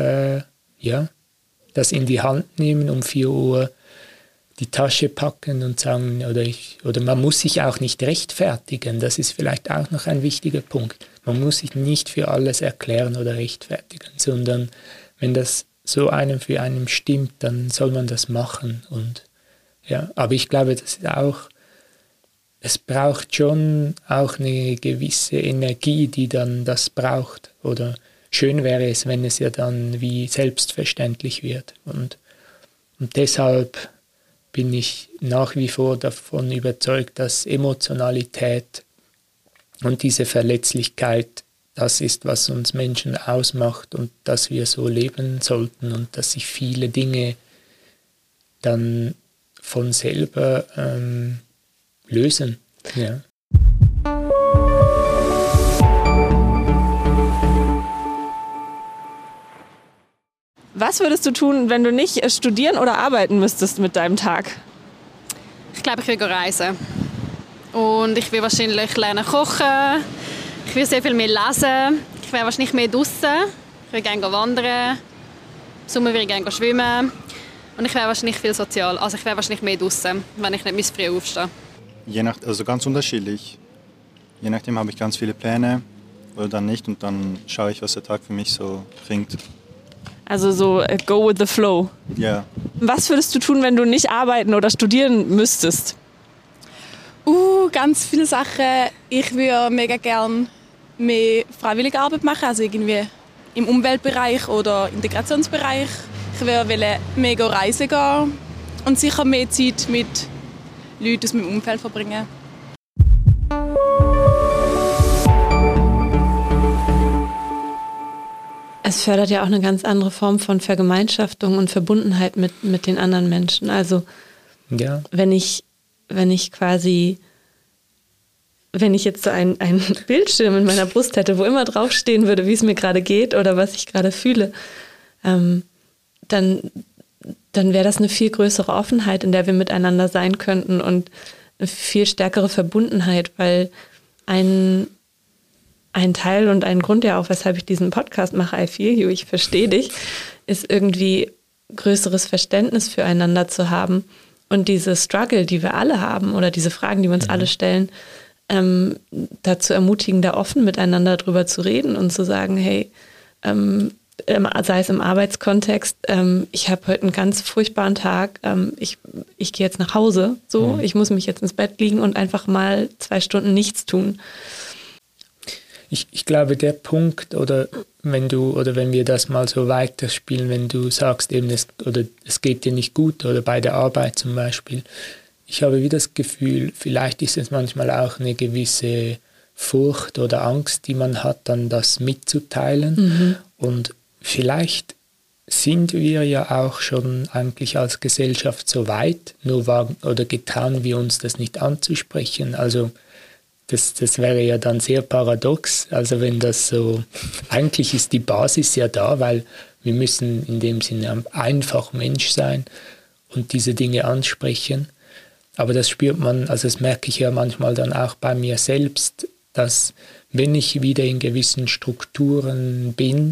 das in die Hand nehmen, um 4 Uhr die Tasche packen und sagen, oder man muss sich auch nicht rechtfertigen, das ist vielleicht auch noch ein wichtiger Punkt. Man muss sich nicht für alles erklären oder rechtfertigen, sondern wenn das so für einen stimmt, dann soll man das machen. Und ja, aber ich glaube, es braucht schon auch eine gewisse Energie, die dann das braucht. Oder schön wäre es, wenn es ja dann wie selbstverständlich wird. Und deshalb bin ich nach wie vor davon überzeugt, dass Emotionalität und diese Verletzlichkeit das ist, was uns Menschen ausmacht und dass wir so leben sollten und dass sich viele Dinge dann von selber lösen. Ja. Was würdest du tun, wenn du nicht studieren oder arbeiten müsstest mit deinem Tag? Ich glaube, ich will reisen. Und ich will wahrscheinlich lernen kochen. Ich will sehr viel mehr lesen. Ich wäre wahrscheinlich mehr draußen. Ich will gerne wandern. Im Sommer würde ich gerne schwimmen. Und ich wäre wahrscheinlich viel sozial. Also ich wäre wahrscheinlich mehr draußen, wenn ich nicht früh aufstehen müsste. Also ganz unterschiedlich. Je nachdem habe ich ganz viele Pläne oder dann nicht. Und dann schaue ich, was der Tag für mich so bringt. Also so go with the flow. Ja. Was würdest du tun, wenn du nicht arbeiten oder studieren müsstest? Ganz viele Sachen. Ich würde mega gerne mehr freiwillige Arbeit machen, also irgendwie im Umweltbereich oder Integrationsbereich. Ich würde mega reisen gehen und sicher mehr Zeit mit Leuten aus meinem Umfeld verbringen. Es fördert ja auch eine ganz andere Form von Vergemeinschaftung und Verbundenheit mit den anderen Menschen. Also Ja. wenn ich jetzt so einen Bildschirm in meiner Brust hätte, wo immer draufstehen würde, wie es mir gerade geht oder was ich gerade fühle, dann wäre das eine viel größere Offenheit, in der wir miteinander sein könnten und eine viel stärkere Verbundenheit, weil ein Teil und ein Grund ja auch, weshalb ich diesen Podcast mache, I Feel You, ich verstehe dich, ist irgendwie größeres Verständnis füreinander zu haben und diese Struggle, die wir alle haben oder diese Fragen, die wir uns alle stellen, dazu ermutigen, da offen miteinander drüber zu reden und zu sagen, hey, sei es im Arbeitskontext, ich habe heute einen ganz furchtbaren Tag, ich gehe jetzt nach Hause, ich muss mich jetzt ins Bett legen und einfach mal 2 Stunden nichts tun. Ich glaube, der Punkt, oder wenn wir das mal so weiterspielen, wenn du sagst, eben es geht dir nicht gut oder bei der Arbeit zum Beispiel, ich habe wieder das Gefühl, vielleicht ist es manchmal auch eine gewisse Furcht oder Angst, die man hat, dann das mitzuteilen. Und vielleicht sind wir ja auch schon eigentlich als Gesellschaft so weit, getrauen wir uns das nicht anzusprechen. Also das wäre ja dann sehr paradox. Also wenn das so, eigentlich ist die Basis ja da, weil wir müssen in dem Sinne einfach Mensch sein und diese Dinge ansprechen. Aber das spürt man, also das merke ich ja manchmal dann auch bei mir selbst, dass wenn ich wieder in gewissen Strukturen bin,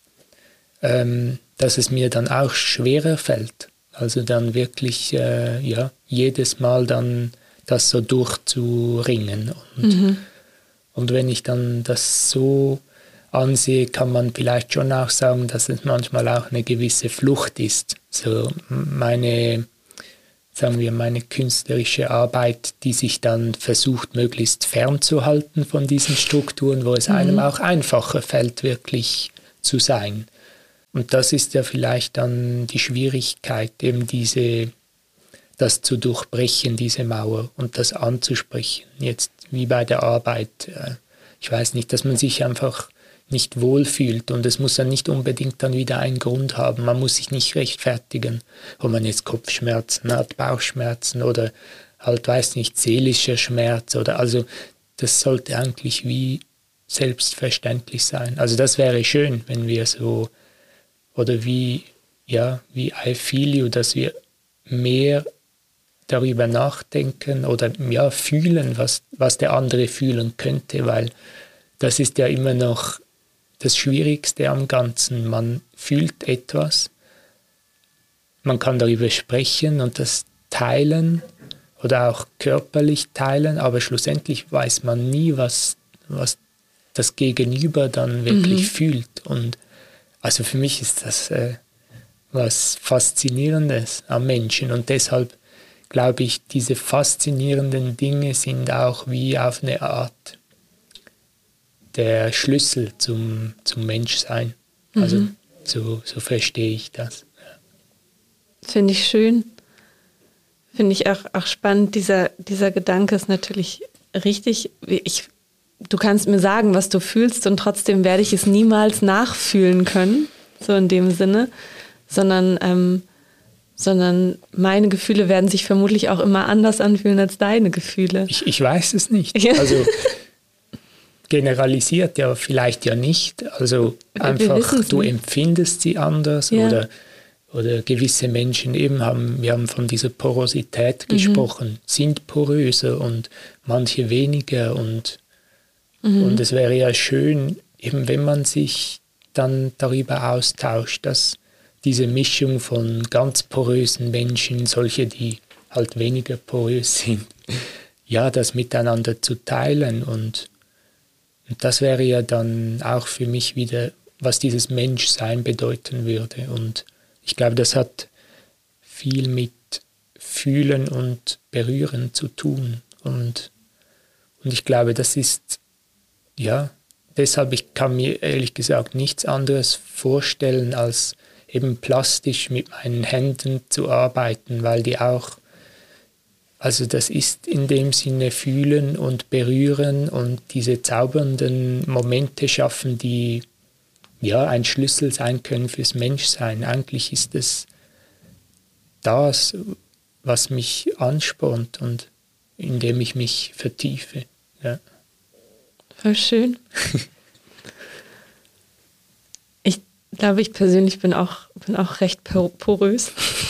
dass es mir dann auch schwerer fällt. Also dann wirklich jedes Mal dann das so durchzuringen. Und wenn ich dann das so ansehe, kann man vielleicht schon auch sagen, dass es manchmal auch eine gewisse Flucht ist. So meine künstlerische Arbeit, die sich dann versucht, möglichst fernzuhalten von diesen Strukturen, wo es einem auch einfacher fällt, wirklich zu sein. Und das ist ja vielleicht dann die Schwierigkeit, eben das zu durchbrechen, diese Mauer, und das anzusprechen. Jetzt wie bei der Arbeit, ich weiß nicht, dass man sich einfach nicht wohlfühlt, und es muss ja nicht unbedingt dann wieder einen Grund haben. Man muss sich nicht rechtfertigen, ob man jetzt Kopfschmerzen hat, Bauchschmerzen oder halt, weiß nicht, seelischer Schmerz oder, also das sollte eigentlich wie selbstverständlich sein. Also das wäre schön, wenn wir so, oder wie I Feel You, dass wir mehr darüber nachdenken oder fühlen, was der andere fühlen könnte, weil das ist ja immer noch das Schwierigste am Ganzen. Man fühlt etwas, man kann darüber sprechen und das teilen oder auch körperlich teilen, aber schlussendlich weiß man nie, was das Gegenüber dann wirklich fühlt. Und also für mich ist das was Faszinierendes am Menschen, und deshalb glaube ich, diese faszinierenden Dinge sind auch wie auf eine Art der Schlüssel zum Menschsein. Also so verstehe ich das. Finde ich schön. Finde ich auch spannend. Dieser Gedanke ist natürlich richtig. Du kannst mir sagen, was du fühlst und trotzdem werde ich es niemals nachfühlen können, so in dem Sinne, sondern meine Gefühle werden sich vermutlich auch immer anders anfühlen als deine Gefühle. Ich weiß es nicht. Ja. Also generalisiert ja vielleicht ja nicht. Also einfach, du empfindest sie anders oder gewisse Menschen wir haben von dieser Porosität gesprochen, sind poröser und manche weniger und es wäre ja schön, eben wenn man sich dann darüber austauscht, dass diese Mischung von ganz porösen Menschen, solche, die halt weniger porös sind, ja, das miteinander zu teilen und das wäre ja dann auch für mich wieder, was dieses Menschsein bedeuten würde. Und ich glaube, das hat viel mit Fühlen und Berühren zu tun. Und ich glaube, das ist, ja, deshalb, ich kann mir ehrlich gesagt nichts anderes vorstellen, als eben plastisch mit meinen Händen zu arbeiten, weil die auch, also das ist in dem Sinne fühlen und berühren und diese zaubernden Momente schaffen, die ja ein Schlüssel sein können fürs Menschsein. Eigentlich ist es das, was mich anspornt und in dem ich mich vertiefe. Ja. Voll schön. Ich glaube, ich persönlich bin auch recht porös.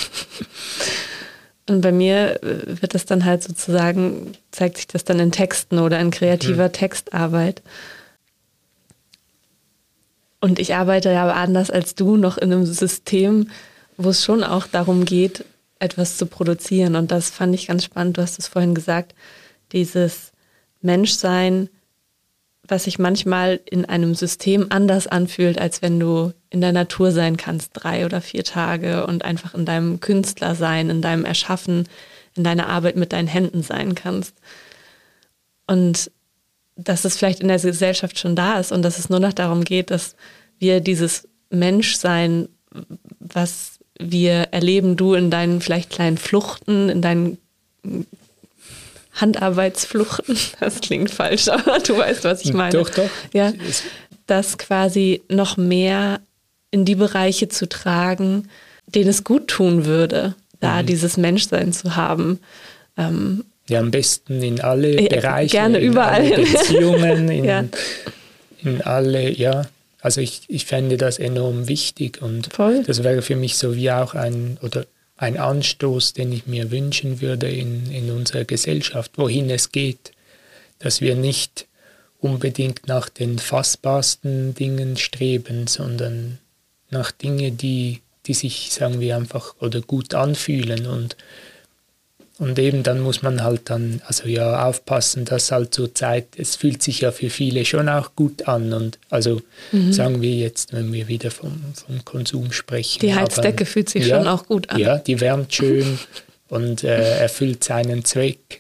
Und bei mir wird das dann halt sozusagen, zeigt sich das dann in Texten oder in kreativer Textarbeit. Und ich arbeite ja aber anders als du noch in einem System, wo es schon auch darum geht, etwas zu produzieren. Und das fand ich ganz spannend. Du hast es vorhin gesagt, dieses Menschsein, was sich manchmal in einem System anders anfühlt, als wenn du in der Natur sein kannst, 3 oder 4 Tage und einfach in deinem Künstlersein, in deinem Erschaffen, in deiner Arbeit mit deinen Händen sein kannst. Und dass es vielleicht in der Gesellschaft schon da ist und dass es nur noch darum geht, dass wir dieses Menschsein, was wir erleben, du in deinen vielleicht kleinen Fluchten, in deinen Handarbeitsfluchten, das klingt falsch, aber du weißt, was ich meine. Doch. Ja, das quasi noch mehr in die Bereiche zu tragen, denen es gut tun würde, da dieses Menschsein zu haben. Ja, am besten in alle Bereiche, gerne überall. in alle Beziehungen, in alle, ja. Also ich fände das enorm wichtig und Voll. Das wäre für mich so wie auch ein Anstoß, den ich mir wünschen würde in unserer Gesellschaft, wohin es geht, dass wir nicht unbedingt nach den fassbarsten Dingen streben, sondern nach Dingen, die sich, sagen wir einfach, oder gut anfühlen und eben dann muss man halt dann, also ja, aufpassen, dass halt zur Zeit, es fühlt sich ja für viele schon auch gut an und also sagen wir jetzt, wenn wir wieder vom Konsum sprechen. Die Heizdecke fühlt sich schon auch gut an. Ja, die wärmt schön und erfüllt seinen Zweck.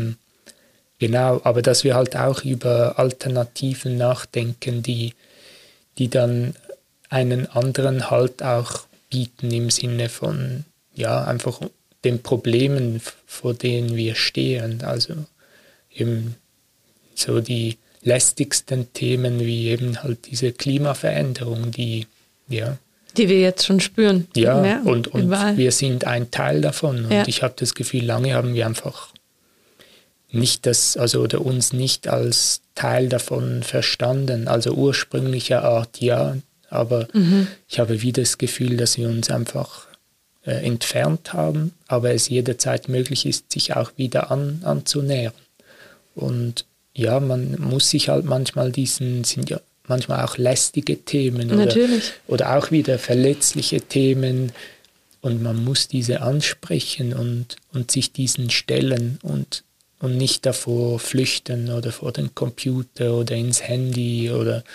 Genau, aber dass wir halt auch über Alternativen nachdenken, die dann einen anderen Halt auch bieten im Sinne von, ja, einfach den Problemen, vor denen wir stehen. Also eben so die lästigsten Themen wie eben halt diese Klimaveränderung, die wir jetzt schon spüren. Ja, und wir sind ein Teil davon. Und ich habe das Gefühl, lange haben wir einfach nicht oder uns nicht als Teil davon verstanden. Also ursprünglicher Art ja, aber ich habe wieder das Gefühl, dass wir uns einfach entfernt haben, aber es jederzeit möglich ist, sich auch wieder anzunähern. Und ja, man muss sich halt manchmal sind ja manchmal auch lästige Themen oder auch wieder verletzliche Themen und man muss diese ansprechen und sich diesen stellen und nicht davor flüchten oder vor den Computer oder ins Handy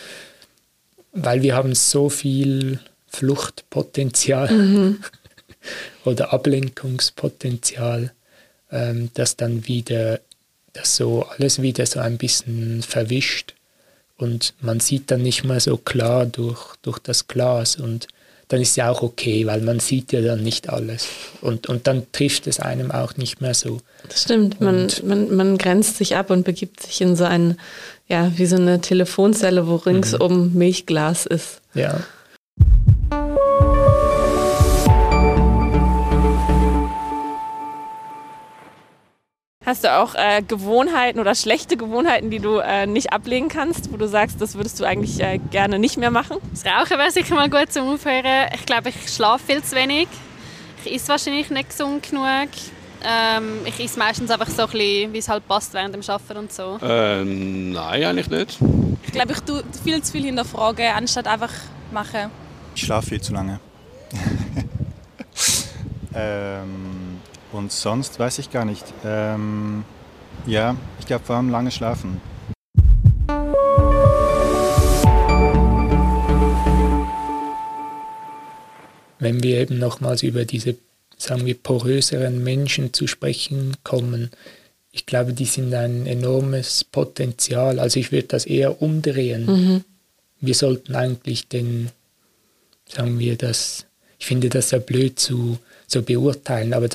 weil wir haben so viel Fluchtpotenzial oder Ablenkungspotenzial, dass dann wieder alles wieder so ein bisschen verwischt und man sieht dann nicht mehr so klar durch das Glas und dann ist ja auch okay, weil man sieht ja dann nicht alles. Und dann trifft es einem auch nicht mehr so. Das stimmt, man grenzt sich ab und begibt sich in so ein, ja, wie so eine Telefonzelle, wo ringsum Milchglas ist. Ja. Hast du auch Gewohnheiten oder schlechte Gewohnheiten, die du nicht ablegen kannst, wo du sagst, das würdest du eigentlich gerne nicht mehr machen? Das Rauchen wäre sicher mal gut zum Aufhören. Ich glaube, ich schlafe viel zu wenig. Ich esse wahrscheinlich nicht gesund genug. Ich esse meistens einfach so ein bisschen, wie es halt passt während dem Arbeiten und so. Nein, eigentlich nicht. Ich glaube, ich tue viel zu viel hinterfragen, anstatt einfach machen. Ich schlafe viel zu lange. Und sonst weiß ich gar nicht. Ja, ich glaube vor allem lange schlafen. Wenn wir eben nochmals über diese, sagen wir, poröseren Menschen zu sprechen kommen, ich glaube, die sind ein enormes Potenzial. Also ich würde das eher umdrehen. Wir sollten eigentlich sagen wir das, ich finde das ja blöd zu beurteilen, aber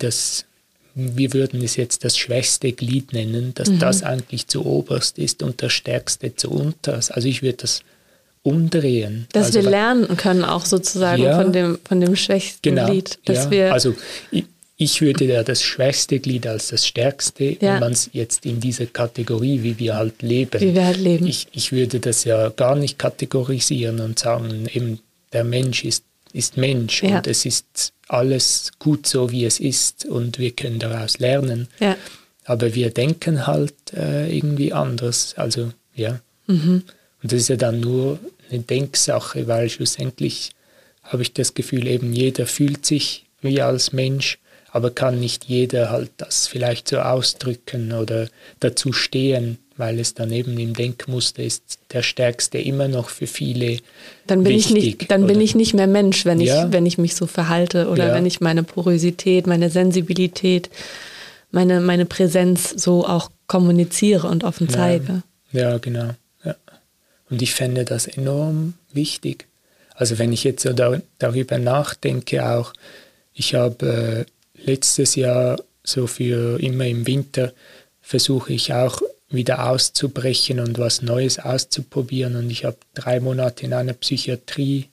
wir würden es jetzt das schwächste Glied nennen, dass das eigentlich zu oberst ist und das stärkste zu unterst. Also ich würde das umdrehen. Dass wir lernen können auch sozusagen von dem schwächsten Glied. Dass wir also ich würde ja das schwächste Glied als das stärkste, wenn man es jetzt in dieser Kategorie, wie wir halt leben. Ich würde das ja gar nicht kategorisieren und sagen, eben der Mensch ist Mensch und es ist alles gut so, wie es ist und wir können daraus lernen. Ja. Aber wir denken halt irgendwie anders. Also, ja. Und das ist ja dann nur eine Denksache, weil schlussendlich habe ich das Gefühl, eben jeder fühlt sich wie als Mensch, aber kann nicht jeder halt das vielleicht so ausdrücken oder dazu stehen, weil es dann eben im Denkmuster ist, der Stärkste immer noch für viele wichtig. Bin ich nicht mehr Mensch, wenn ich mich so verhalte oder wenn ich meine Porosität, meine Sensibilität, meine Präsenz so auch kommuniziere und offen zeige. Ja, genau. Ja. Und ich fände das enorm wichtig. Also wenn ich jetzt so darüber nachdenke auch, ich habe letztes Jahr so für immer im Winter versuche ich auch wieder auszubrechen und was Neues auszuprobieren. Und ich habe 3 Monate in einer Psychiatrie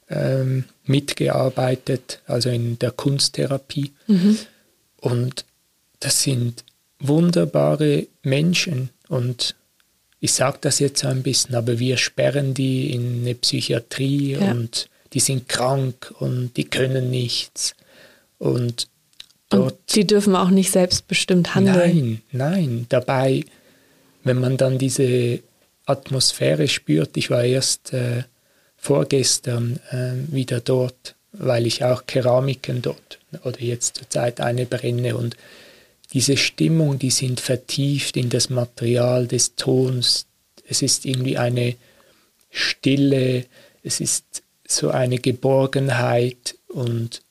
mitgearbeitet, also in der Kunsttherapie. Und das sind wunderbare Menschen. Und ich sage das jetzt so ein bisschen, aber wir sperren die in eine Psychiatrie und die sind krank und die können nichts. Und die dürfen auch nicht selbstbestimmt handeln. Nein. Dabei, wenn man dann diese Atmosphäre spürt, ich war erst vorgestern wieder dort, weil ich auch Keramiken dort oder jetzt zurzeit eine brenne und diese Stimmung, die sind vertieft in das Material des Tons. Es ist irgendwie eine Stille, es ist so eine Geborgenheit und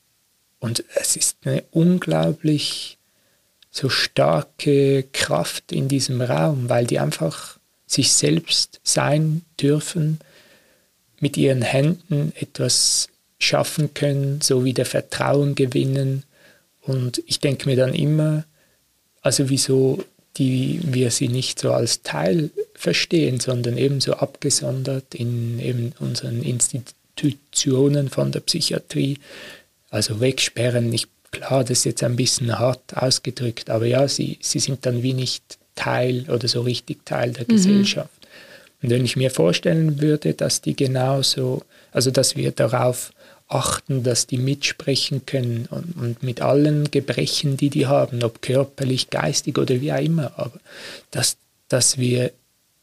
es ist eine unglaublich so starke Kraft in diesem Raum, weil die einfach sich selbst sein dürfen, mit ihren Händen etwas schaffen können, so wieder Vertrauen gewinnen. Und ich denke mir dann immer, also wieso wir sie nicht so als Teil verstehen, sondern eben so abgesondert in eben unseren Institutionen von der Psychiatrie. Also wegsperren, klar, das ist jetzt ein bisschen hart ausgedrückt, aber ja, sie sind dann wie nicht Teil oder so richtig Teil der Gesellschaft. Und wenn ich mir vorstellen würde, dass die genauso, also dass wir darauf achten, dass die mitsprechen können und mit allen Gebrechen, die haben, ob körperlich, geistig oder wie auch immer, aber dass wir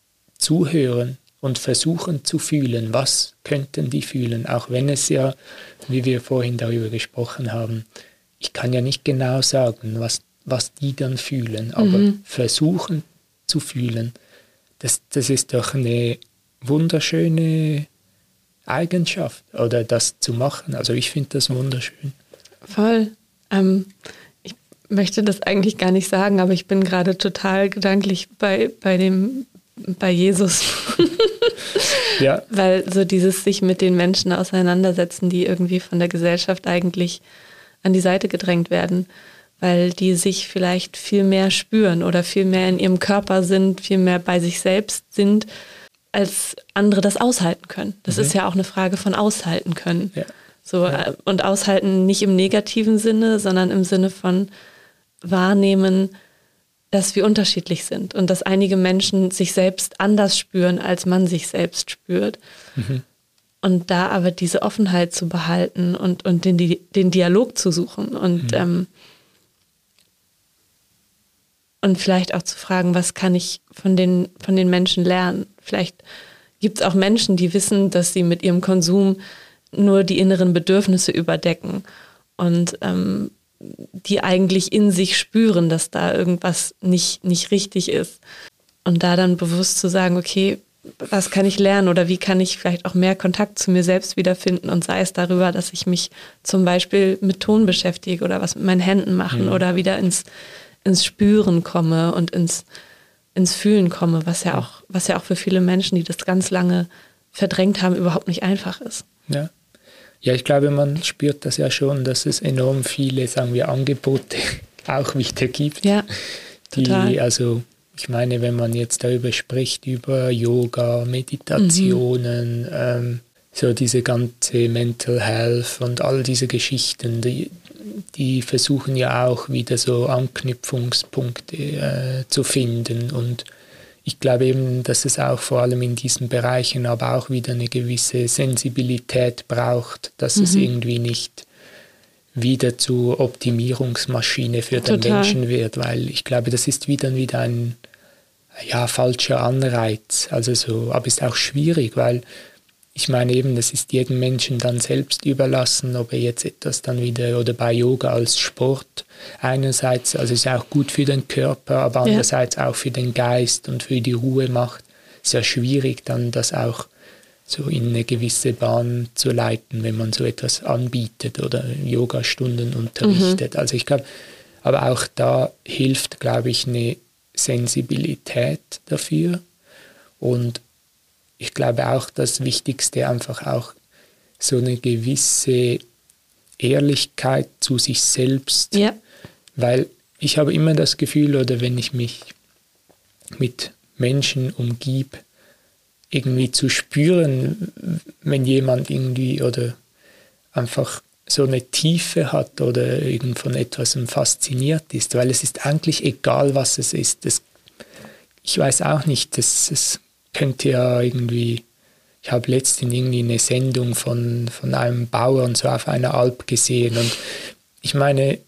zuhören und versuchen zu fühlen, was könnten die fühlen, auch wenn es ja, wie wir vorhin darüber gesprochen haben, ich kann ja nicht genau sagen, was die dann fühlen, aber versuchen zu fühlen, das ist doch eine wunderschöne Eigenschaft, oder das zu machen. Also ich finde das wunderschön. Voll. Ich möchte das eigentlich gar nicht sagen, aber ich bin gerade total gedanklich bei Jesus. Ja. Weil so dieses sich mit den Menschen auseinandersetzen, die irgendwie von der Gesellschaft eigentlich an die Seite gedrängt werden, weil die sich vielleicht viel mehr spüren oder viel mehr in ihrem Körper sind, viel mehr bei sich selbst sind, als andere das aushalten können. Das ist ja auch eine Frage von aushalten können. Ja. So, und aushalten nicht im negativen Sinne, sondern im Sinne von wahrnehmen, dass wir unterschiedlich sind und dass einige Menschen sich selbst anders spüren, als man sich selbst spürt. Und da aber diese Offenheit zu behalten und den Dialog zu suchen und vielleicht auch zu fragen, was kann ich von den Menschen lernen? Vielleicht gibt es auch Menschen, die wissen, dass sie mit ihrem Konsum nur die inneren Bedürfnisse überdecken und die eigentlich in sich spüren, dass da irgendwas nicht richtig ist. Und da dann bewusst zu sagen, okay, was kann ich lernen oder wie kann ich vielleicht auch mehr Kontakt zu mir selbst wiederfinden und sei es darüber, dass ich mich zum Beispiel mit Ton beschäftige oder was mit meinen Händen machen oder wieder ins Spüren komme und ins Fühlen komme, was ja auch für viele Menschen, die das ganz lange verdrängt haben, überhaupt nicht einfach ist. Ja. Ja, ich glaube, man spürt das ja schon, dass es enorm viele, sagen wir, Angebote auch wieder gibt. Ja, total. Also ich meine, wenn man jetzt darüber spricht, über Yoga, Meditationen, so diese ganze Mental Health und all diese Geschichten, die versuchen ja auch wieder so Anknüpfungspunkte zu finden. Und ich glaube eben, dass es auch vor allem in diesen Bereichen aber auch wieder eine gewisse Sensibilität braucht, dass es irgendwie nicht wieder zur Optimierungsmaschine für den Menschen wird, weil ich glaube, das ist wieder ein falscher Anreiz. Also so, aber es ist auch schwierig, weil ich meine eben, das ist jedem Menschen dann selbst überlassen, ob er jetzt etwas dann wieder oder bei Yoga als Sport einerseits, also ist auch gut für den Körper, aber andererseits auch für den Geist und für die Ruhe macht. Ist ja schwierig dann das auch so in eine gewisse Bahn zu leiten, wenn man so etwas anbietet oder Yogastunden unterrichtet. Also ich glaube, aber auch da hilft, glaube ich, eine Sensibilität dafür und ich glaube auch das Wichtigste einfach auch so eine gewisse Ehrlichkeit zu sich selbst, weil ich habe immer das Gefühl, oder wenn ich mich mit Menschen umgib, irgendwie zu spüren, wenn jemand irgendwie oder einfach so eine Tiefe hat oder irgend von etwas fasziniert ist, weil es ist eigentlich egal, was es ist. Ich weiß auch nicht, es könnte ja irgendwie, ich habe letztens irgendwie eine Sendung von einem Bauern so auf einer Alp gesehen und ich meine,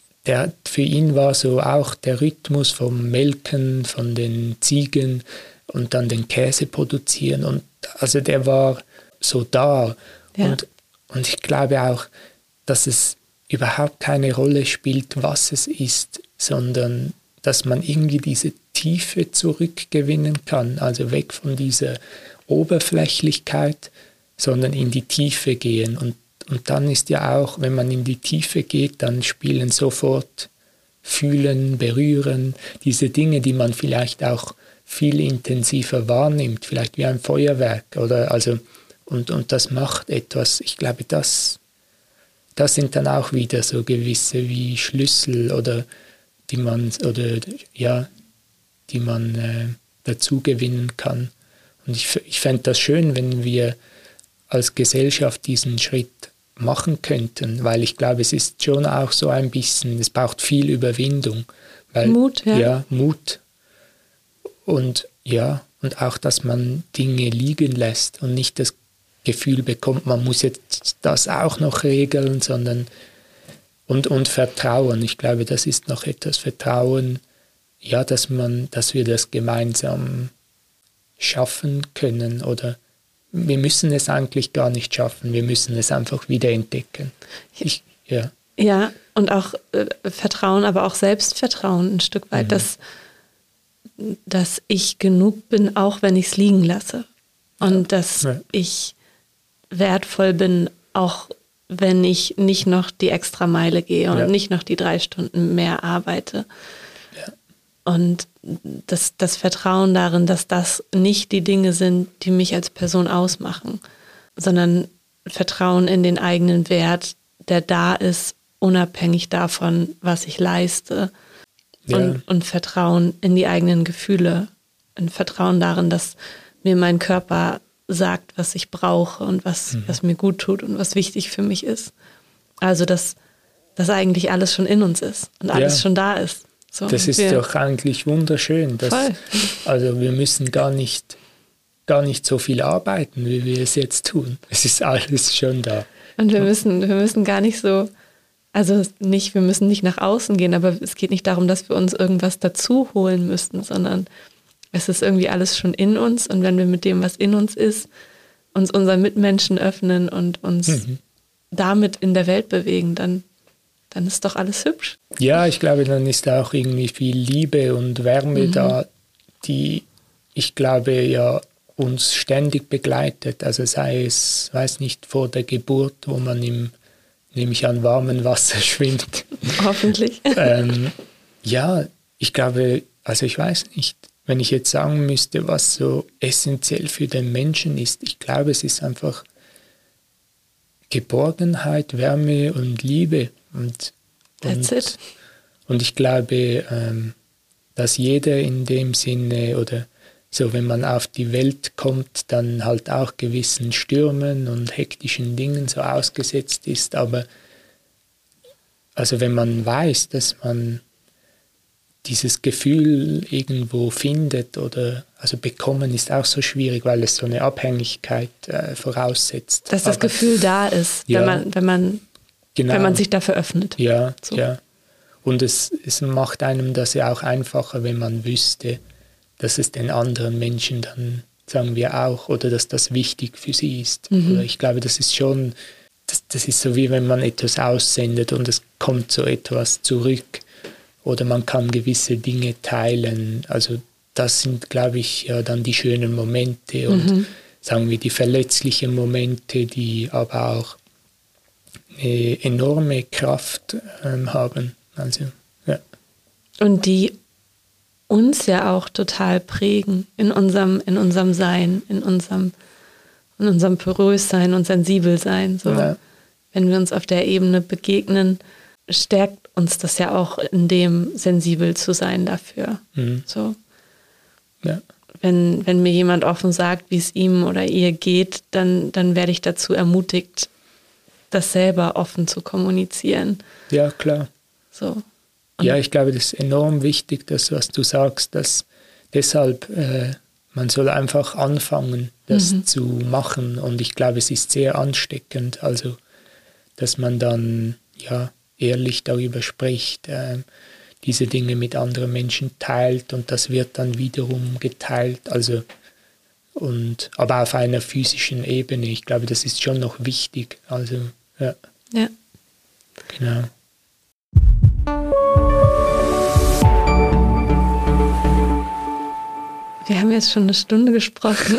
für ihn war so auch der Rhythmus vom Melken von den Ziegen und dann den Käse produzieren und also der war so da und ich glaube auch, dass es überhaupt keine Rolle spielt, was es ist, sondern dass man irgendwie diese Tiefe zurückgewinnen kann, also weg von dieser Oberflächlichkeit, sondern in die Tiefe gehen. Und dann ist ja auch, wenn man in die Tiefe geht, dann spielen sofort Fühlen, Berühren, diese Dinge, die man vielleicht auch viel intensiver wahrnimmt, vielleicht wie ein Feuerwerk oder also und das macht etwas. Ich glaube, das sind dann auch wieder so gewisse wie Schlüssel oder die man dazu gewinnen kann. Und ich fände das schön, wenn wir als Gesellschaft diesen Schritt machen könnten, weil ich glaube, es ist schon auch so ein bisschen, es braucht viel Überwindung. Weil, Mut, ja, Mut. Und auch, dass man Dinge liegen lässt und nicht das Gefühl bekommt, man muss jetzt das auch noch regeln, sondern und Vertrauen. Ich glaube, das ist noch etwas Vertrauen, ja, dass wir das gemeinsam schaffen können oder wir müssen es eigentlich gar nicht schaffen, wir müssen es einfach wieder entdecken. Ja, und auch Vertrauen, aber auch Selbstvertrauen ein Stück weit, dass ich genug bin, auch wenn ich es liegen lasse. Und dass ich wertvoll bin, auch wenn ich nicht noch die extra Meile gehe und nicht noch die 3 Stunden mehr arbeite. Ja. Und das Vertrauen darin, dass das nicht die Dinge sind, die mich als Person ausmachen, sondern Vertrauen in den eigenen Wert, der da ist, unabhängig davon, was ich leiste. Ja. Und Vertrauen in die eigenen Gefühle. Und Vertrauen darin, dass mir mein Körper sagt, was ich brauche und was mir gut tut und was wichtig für mich ist. Also, dass eigentlich alles schon in uns ist und alles schon da ist. So, das ist doch eigentlich wunderschön. Voll. Also wir müssen gar nicht so viel arbeiten, wie wir es jetzt tun. Es ist alles schon da. Und wir müssen gar nicht so, also wir müssen nicht nach außen gehen, aber es geht nicht darum, dass wir uns irgendwas dazu holen müssten, sondern es ist irgendwie alles schon in uns. Und wenn wir mit dem, was in uns ist, uns unseren Mitmenschen öffnen und uns damit in der Welt bewegen, dann ist doch alles hübsch. Ja, ich glaube, dann ist da auch irgendwie viel Liebe und Wärme da, die, ich glaube, ja uns ständig begleitet. Also sei es, weiß nicht, vor der Geburt, wo man nehme ich an, warmen Wasser schwimmt. Hoffentlich. Ja, ich glaube, also ich weiß nicht, wenn ich jetzt sagen müsste, was so essentiell für den Menschen ist, ich glaube, es ist einfach Geborgenheit, Wärme und Liebe. That's it. Und ich glaube, dass jeder in dem Sinne oder so, wenn man auf die Welt kommt, dann halt auch gewissen Stürmen und hektischen Dingen so ausgesetzt ist. Aber also wenn man weiß, dass man dieses Gefühl irgendwo findet oder also bekommen ist auch so schwierig, weil es so eine Abhängigkeit voraussetzt. Dass das Gefühl da ist, ja, wenn man sich dafür öffnet. Ja, so. Ja. Und es macht einem das ja auch einfacher, wenn man wüsste, dass es den anderen Menschen dann, sagen wir auch, oder dass das wichtig für sie ist. Oder ich glaube, das ist schon, das ist so wie wenn man etwas aussendet und es kommt so etwas zurück. Oder man kann gewisse Dinge teilen. Also das sind, glaube ich, ja dann die schönen Momente und sagen wir die verletzlichen Momente, die aber auch eine enorme Kraft haben. Also, ja. Und die uns ja auch total prägen in unserem Sein, in unserem porös sein und sensibel sein. So. Ja. Wenn wir uns auf der Ebene begegnen, stärkt uns das ja auch in dem, sensibel zu sein dafür. So. Ja. Wenn mir jemand offen sagt, wie es ihm oder ihr geht, dann werde ich dazu ermutigt, das selber offen zu kommunizieren. Ja, klar. So. Ja, ich glaube, das ist enorm wichtig, das, was du sagst, dass deshalb man soll einfach anfangen, das zu machen. Und ich glaube, es ist sehr ansteckend, also dass man dann ja ehrlich darüber spricht, diese Dinge mit anderen Menschen teilt und das wird dann wiederum geteilt. Also aber auf einer physischen Ebene. Ich glaube, das ist schon noch wichtig. Also ja. Ja. Genau. Wir haben jetzt schon eine Stunde gesprochen.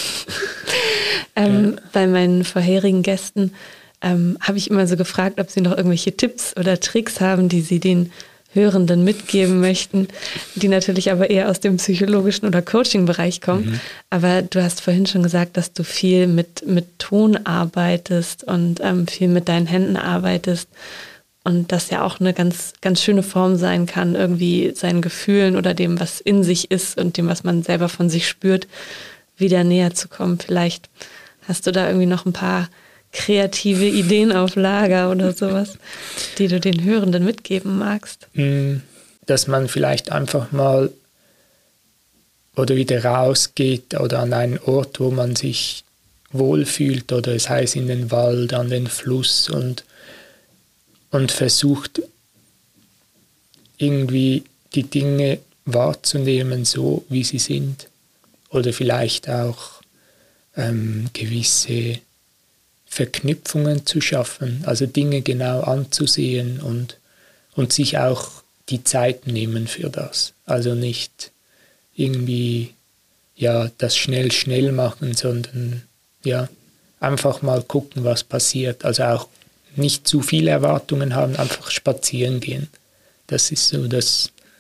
Bei meinen vorherigen Gästen habe ich immer so gefragt, ob sie noch irgendwelche Tipps oder Tricks haben, die sie den Hörenden mitgeben möchten, die natürlich aber eher aus dem psychologischen oder Coaching-Bereich kommen. Aber du hast vorhin schon gesagt, dass du viel mit Ton arbeitest und viel mit deinen Händen arbeitest. Und das ja auch eine ganz, ganz schöne Form sein kann, irgendwie seinen Gefühlen oder dem, was in sich ist und dem, was man selber von sich spürt, wieder näher zu kommen. Vielleicht hast du da irgendwie noch ein paar kreative Ideen auf Lager oder sowas, die du den Hörenden mitgeben magst. Dass man vielleicht einfach mal oder wieder rausgeht oder an einen Ort, wo man sich wohlfühlt oder sei es in den Wald, an den Fluss und versucht irgendwie die Dinge wahrzunehmen, so wie sie sind. Oder vielleicht auch gewisse Verknüpfungen zu schaffen, also Dinge genau anzusehen und sich auch die Zeit nehmen für das. Also nicht irgendwie ja, das schnell machen, sondern ja, einfach mal gucken, was passiert. Also auch nicht zu viele Erwartungen haben, einfach spazieren gehen. Das ist so das,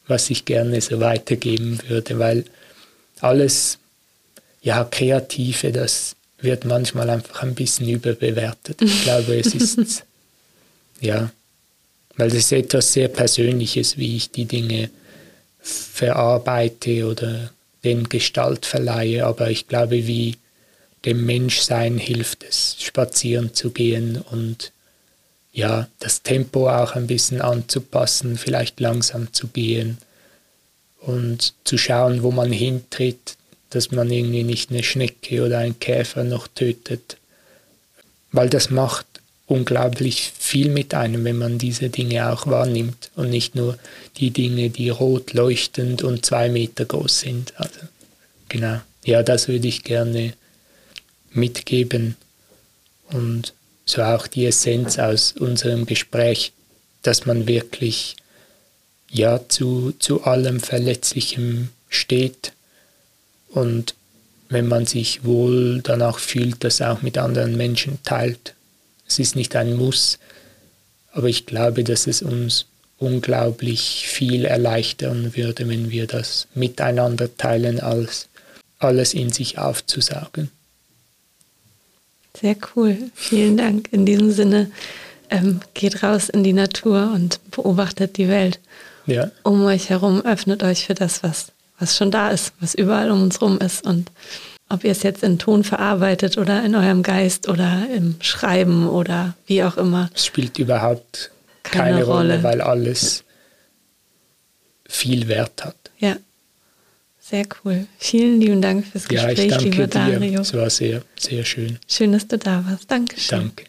was ich gerne so weitergeben würde, weil alles, ja, Kreative, das wird manchmal einfach ein bisschen überbewertet. Ich glaube, es ist, ja, weil das ist etwas sehr Persönliches, wie ich die Dinge verarbeite oder den Gestalt verleihe, aber ich glaube, wie dem Menschsein hilft es, spazieren zu gehen und ja, das Tempo auch ein bisschen anzupassen, vielleicht langsam zu gehen und zu schauen, wo man hintritt, dass man irgendwie nicht eine Schnecke oder einen Käfer noch tötet, weil das macht unglaublich viel mit einem, wenn man diese Dinge auch wahrnimmt und nicht nur die Dinge, die rot leuchtend und 2 Meter groß sind. Also genau, ja, das würde ich gerne mitgeben und so auch die Essenz aus unserem Gespräch, dass man wirklich ja zu allem Verletzlichem steht und wenn man sich wohl danach fühlt, das auch mit anderen Menschen teilt. Es ist nicht ein Muss, aber ich glaube, dass es uns unglaublich viel erleichtern würde, wenn wir das miteinander teilen, als alles in sich aufzusaugen. Sehr cool, vielen Dank. In diesem Sinne, geht raus in die Natur und beobachtet die Welt. Ja. Um euch herum, öffnet euch für das, was schon da ist, was überall um uns rum ist. Und ob ihr es jetzt in Ton verarbeitet oder in eurem Geist oder im Schreiben oder wie auch immer. Es spielt überhaupt keine Rolle, weil alles viel Wert hat. Ja, sehr cool. Vielen lieben Dank fürs Gespräch, ja, ich danke lieber dir. Dario. Es war sehr, sehr schön. Schön, dass du da warst. Dankeschön. Danke.